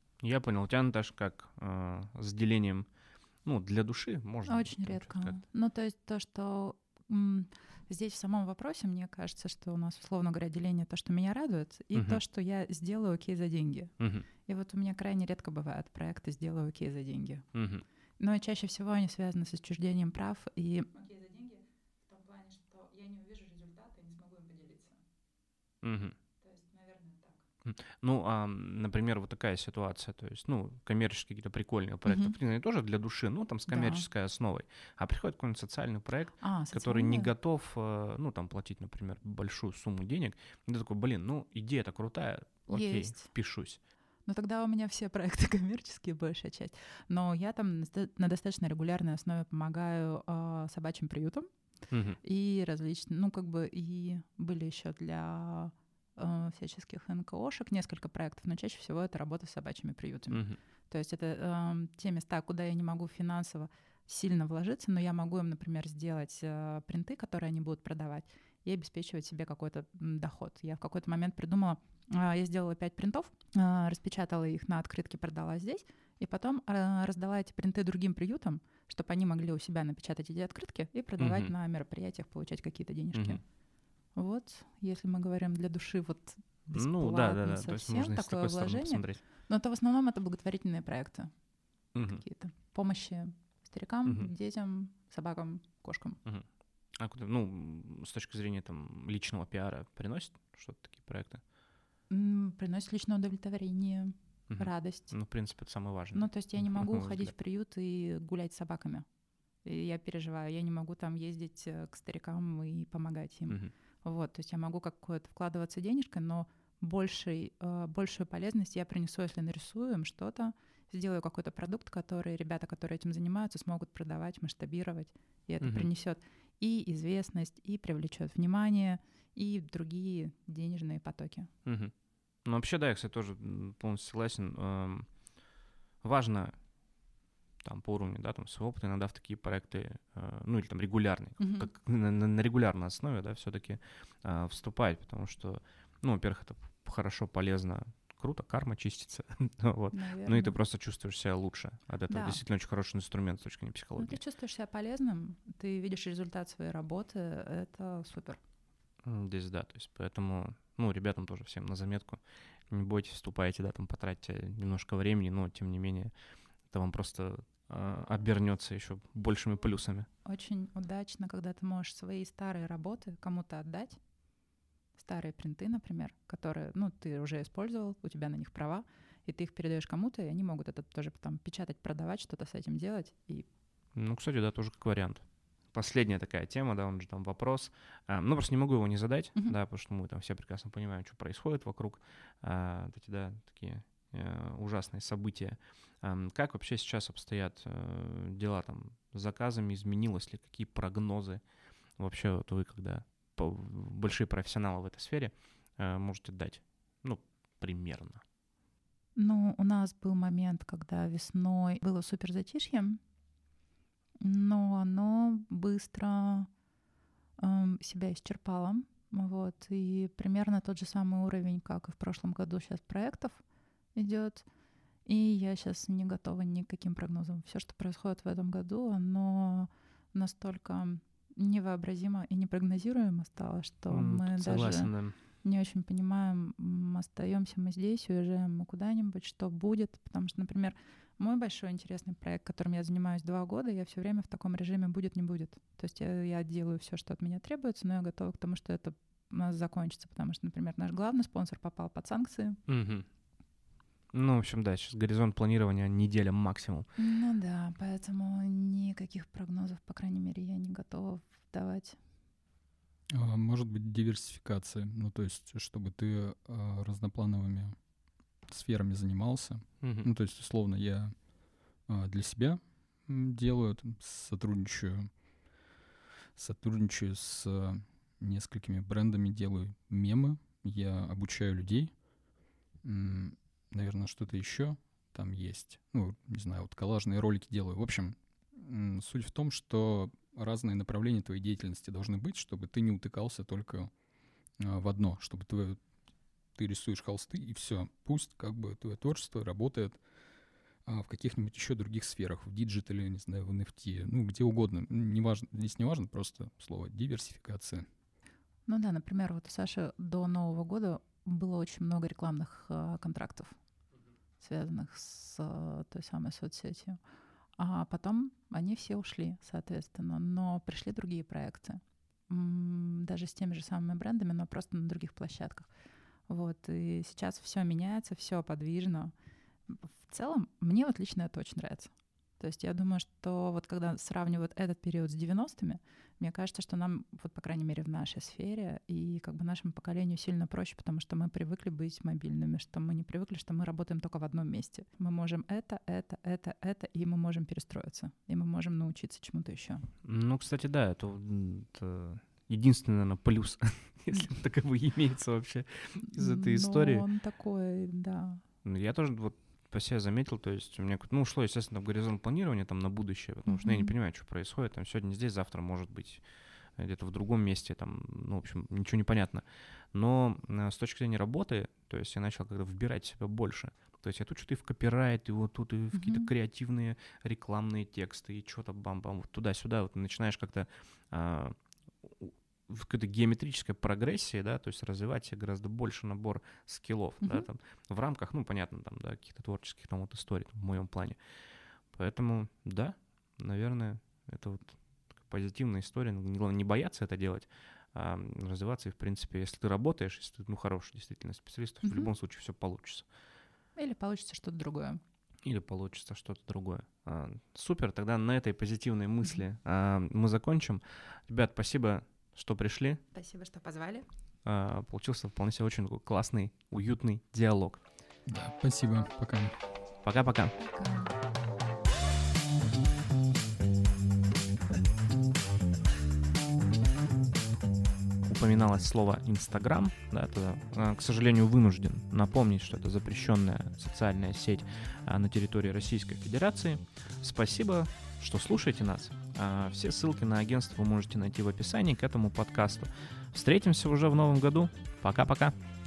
Я понял. У тебя, Наташа, как э, с делением, ну, для души можно? Очень редко. Ну, то есть то, что м, здесь в самом вопросе, мне кажется, что у нас, условно говоря, деление то, что меня радует, и uh-huh. то, что я сделаю окей за деньги. Uh-huh. И вот у меня крайне редко бывают проекты «сделаю окей за деньги». Uh-huh. Но чаще всего они связаны с отчуждением прав и окей за деньги в том плане, что я не увижу результата и не смогу им поделиться. Uh-huh. То есть, наверное, так. Ну, а, например, вот такая ситуация, то есть, ну, коммерческие какие-то прикольные проекты, uh-huh. в принципе, тоже для души, ну, там, с коммерческой да. основой, а приходит какой-нибудь социальный проект, а, который не готов, ну, там, платить, например, большую сумму денег, и ты такой, блин, ну, идея-то крутая, окей, Есть. впишусь. Ну, тогда у меня все проекты коммерческие, большая часть. Но я там на достаточно регулярной основе помогаю э, собачьим приютам uh-huh. и различным, ну, как бы и были еще для э, всяческих эн ка о-шек несколько проектов, но чаще всего это работа с собачьими приютами. Uh-huh. То есть это э, те места, куда я не могу финансово сильно вложиться, но я могу им, например, сделать э, принты, которые они будут продавать, и обеспечивать себе какой-то доход. Я в какой-то момент придумала, я сделала пять принтов, распечатала их на открытке, продала здесь, и потом раздала эти принты другим приютам, чтобы они могли у себя напечатать эти открытки и продавать uh-huh. на мероприятиях, получать какие-то денежки. Uh-huh. Вот, если мы говорим для души, вот бесплатно ну, да, да, да. совсем, то есть можно такое вложение. Но это в основном это благотворительные проекты uh-huh. какие-то. Помощи старикам, uh-huh. детям, собакам, кошкам. Uh-huh. А куда, ну, с точки зрения там личного пиара приносит что-то такие проекты? М, приносит личное удовлетворение, uh-huh. радость. Ну, в принципе, это самое важное. Ну, то есть я не могу ходить в приют и гулять с собаками. И я переживаю, я не могу там ездить к старикам и помогать им. Uh-huh. Вот, то есть я могу какое-то вкладываться денежкой, но больший, э, большую полезность я принесу, если нарисую им что-то, сделаю какой-то продукт, который ребята, которые этим занимаются, смогут продавать, масштабировать, и это uh-huh. принесет и известность, и привлечет внимание, и другие денежные потоки. Uh-huh. Ну, вообще, да, я, кстати, тоже полностью согласен. Эм, важно там, по уровню, да, там, своего опыта, иногда в такие проекты, э, ну, или там регулярные, Мгм. как на, на- на регулярной основе, да, все-таки э, вступать, потому что, ну, во-первых, это хорошо, полезно, круто, карма чистится, вот. Ну, и Наверно. ты просто чувствуешь себя лучше от этого. Да. Действительно очень хороший инструмент с точки зрения Ну, ты психологии. чувствуешь себя полезным, ты видишь результат своей работы, это супер. М, Здесь, да, то есть поэтому, ну, ребятам тоже всем на заметку, не бойтесь, вступайте, да, там потратьте немножко времени, но, тем не менее, это вам просто э, обернется еще большими плюсами. Очень удачно, когда ты можешь свои старые работы кому-то отдать, старые принты, например, которые, ну, ты уже использовал, у тебя на них права, и ты их передаешь кому-то, и они могут это тоже потом печатать, продавать, что-то с этим делать. И Ну, кстати, да, тоже как вариант. Последняя такая тема, да, он же там вопрос. А, ну, просто не могу его не задать, Мгм. да, потому что мы там все прекрасно понимаем, что происходит вокруг. А, вот эти, да, такие э, ужасные события. Ам, как вообще сейчас обстоят э, дела там с заказами? Изменилось ли? Какие прогнозы? Вообще, вот вы, когда по- большие профессионалы в этой сфере, э, можете дать? Ну, примерно. Ну, у нас был момент, когда весной было супер затишье, но оно быстро эм, себя исчерпало. Вот. И примерно тот же самый уровень, как и в прошлом году, сейчас проектов идет. И я сейчас не готова ни к каким прогнозам. Все, что происходит в этом году, оно настолько невообразимо и непрогнозируемо стало, что М, мы тут даже согласен, да. не очень понимаем, м, остаемся мы здесь, уезжаем мы куда-нибудь, что будет. Потому что, например, мой большой интересный проект, которым я занимаюсь два года, я все время в таком режиме будет, не будет. То есть я, я делаю все, что от меня требуется, но я готова к тому, что это у нас закончится, потому что, например, наш главный спонсор попал под санкции. Мгм. Ну, в общем, да, сейчас горизонт планирования неделя максимум. Ну да, поэтому никаких прогнозов, по крайней мере, я не готова давать. А, Может быть, диверсификация. Ну, то есть, чтобы ты а, разноплановыми сферами занимался. Мгм. Ну, то есть, условно, я а, для себя м, делаю, там, сотрудничаю, сотрудничаю с а, несколькими брендами, делаю мемы, я обучаю людей. М, Наверное, что-то еще там есть. Ну, не знаю, вот коллажные ролики делаю. В общем, м, суть в том, что разные направления твоей деятельности должны быть, чтобы ты не утыкался только а, в одно, чтобы твое, ты рисуешь холсты, и все. Пусть как бы твое творчество работает а, в каких-нибудь еще других сферах, в диджитале, не знаю, в эн эф ти, ну, где угодно. М, Неважно, здесь не важно, просто слово диверсификация. Ну да, например, вот у Саши до Нового года было очень много рекламных э, контрактов, связанных с э, той самой соцсетью. А потом они все ушли, соответственно, но пришли другие проекты. М, Даже с теми же самыми брендами, но просто на других площадках. Вот, и сейчас все меняется, все подвижно. В целом, мне вот лично это очень нравится. То есть я думаю, что вот когда сравнивают этот период с девяностыми, мне кажется, что нам, вот по крайней мере в нашей сфере и как бы нашему поколению сильно проще, потому что мы привыкли быть мобильными, что мы не привыкли, что мы работаем только в одном месте. Мы можем это, это, это, это, и мы можем перестроиться, и мы можем научиться чему-то еще. Ну, кстати, да, это, м, это единственный, наверное, плюс, если таковой имеется вообще из этой истории. Но он такой, да. Ну, я тоже вот по себе заметил, то есть у меня, какой-то, ну, ушло, естественно, в горизонт планирования там на будущее, потому что ну, я не Мгм. понимаю, что происходит, там сегодня здесь, завтра может быть где-то в другом месте, там, ну, в общем, ничего не понятно. Но э, с точки зрения работы, то есть я начал когда вбирать в себя больше. То есть я тут что-то и в копирайт, и вот тут и в какие-то Мгм. креативные рекламные тексты, и что-то бам-бам, вот туда-сюда, вот начинаешь как-то а, у- в какой-то геометрической прогрессии, да, то есть развивать себе гораздо больше набор скиллов, да, Мгм. там, в рамках, ну, понятно, там, да, каких-то творческих там вот историй там, в моем плане. Поэтому, да, наверное, это вот такая позитивная история. Ну, Главное не бояться это делать, а развиваться. И, в принципе, если ты работаешь, если ты, ну, хороший действительно специалист, то в Мгм. любом случае все получится. Или получится что-то другое. Или получится что-то другое. А, Супер, тогда на этой позитивной мысли а, мы закончим. Ребят, спасибо, что пришли. Спасибо, что позвали. А, Получился вполне себе очень такой классный, уютный диалог. Да, спасибо, пока. Пока-пока. Пока. упоминалось слово Инстаграм, да, то, к сожалению, вынужден напомнить, что это запрещенная социальная сеть на территории Российской Федерации. Спасибо, что слушаете нас. Все ссылки на агентство вы можете найти в описании к этому подкасту. Встретимся уже в новом году. Пока-пока.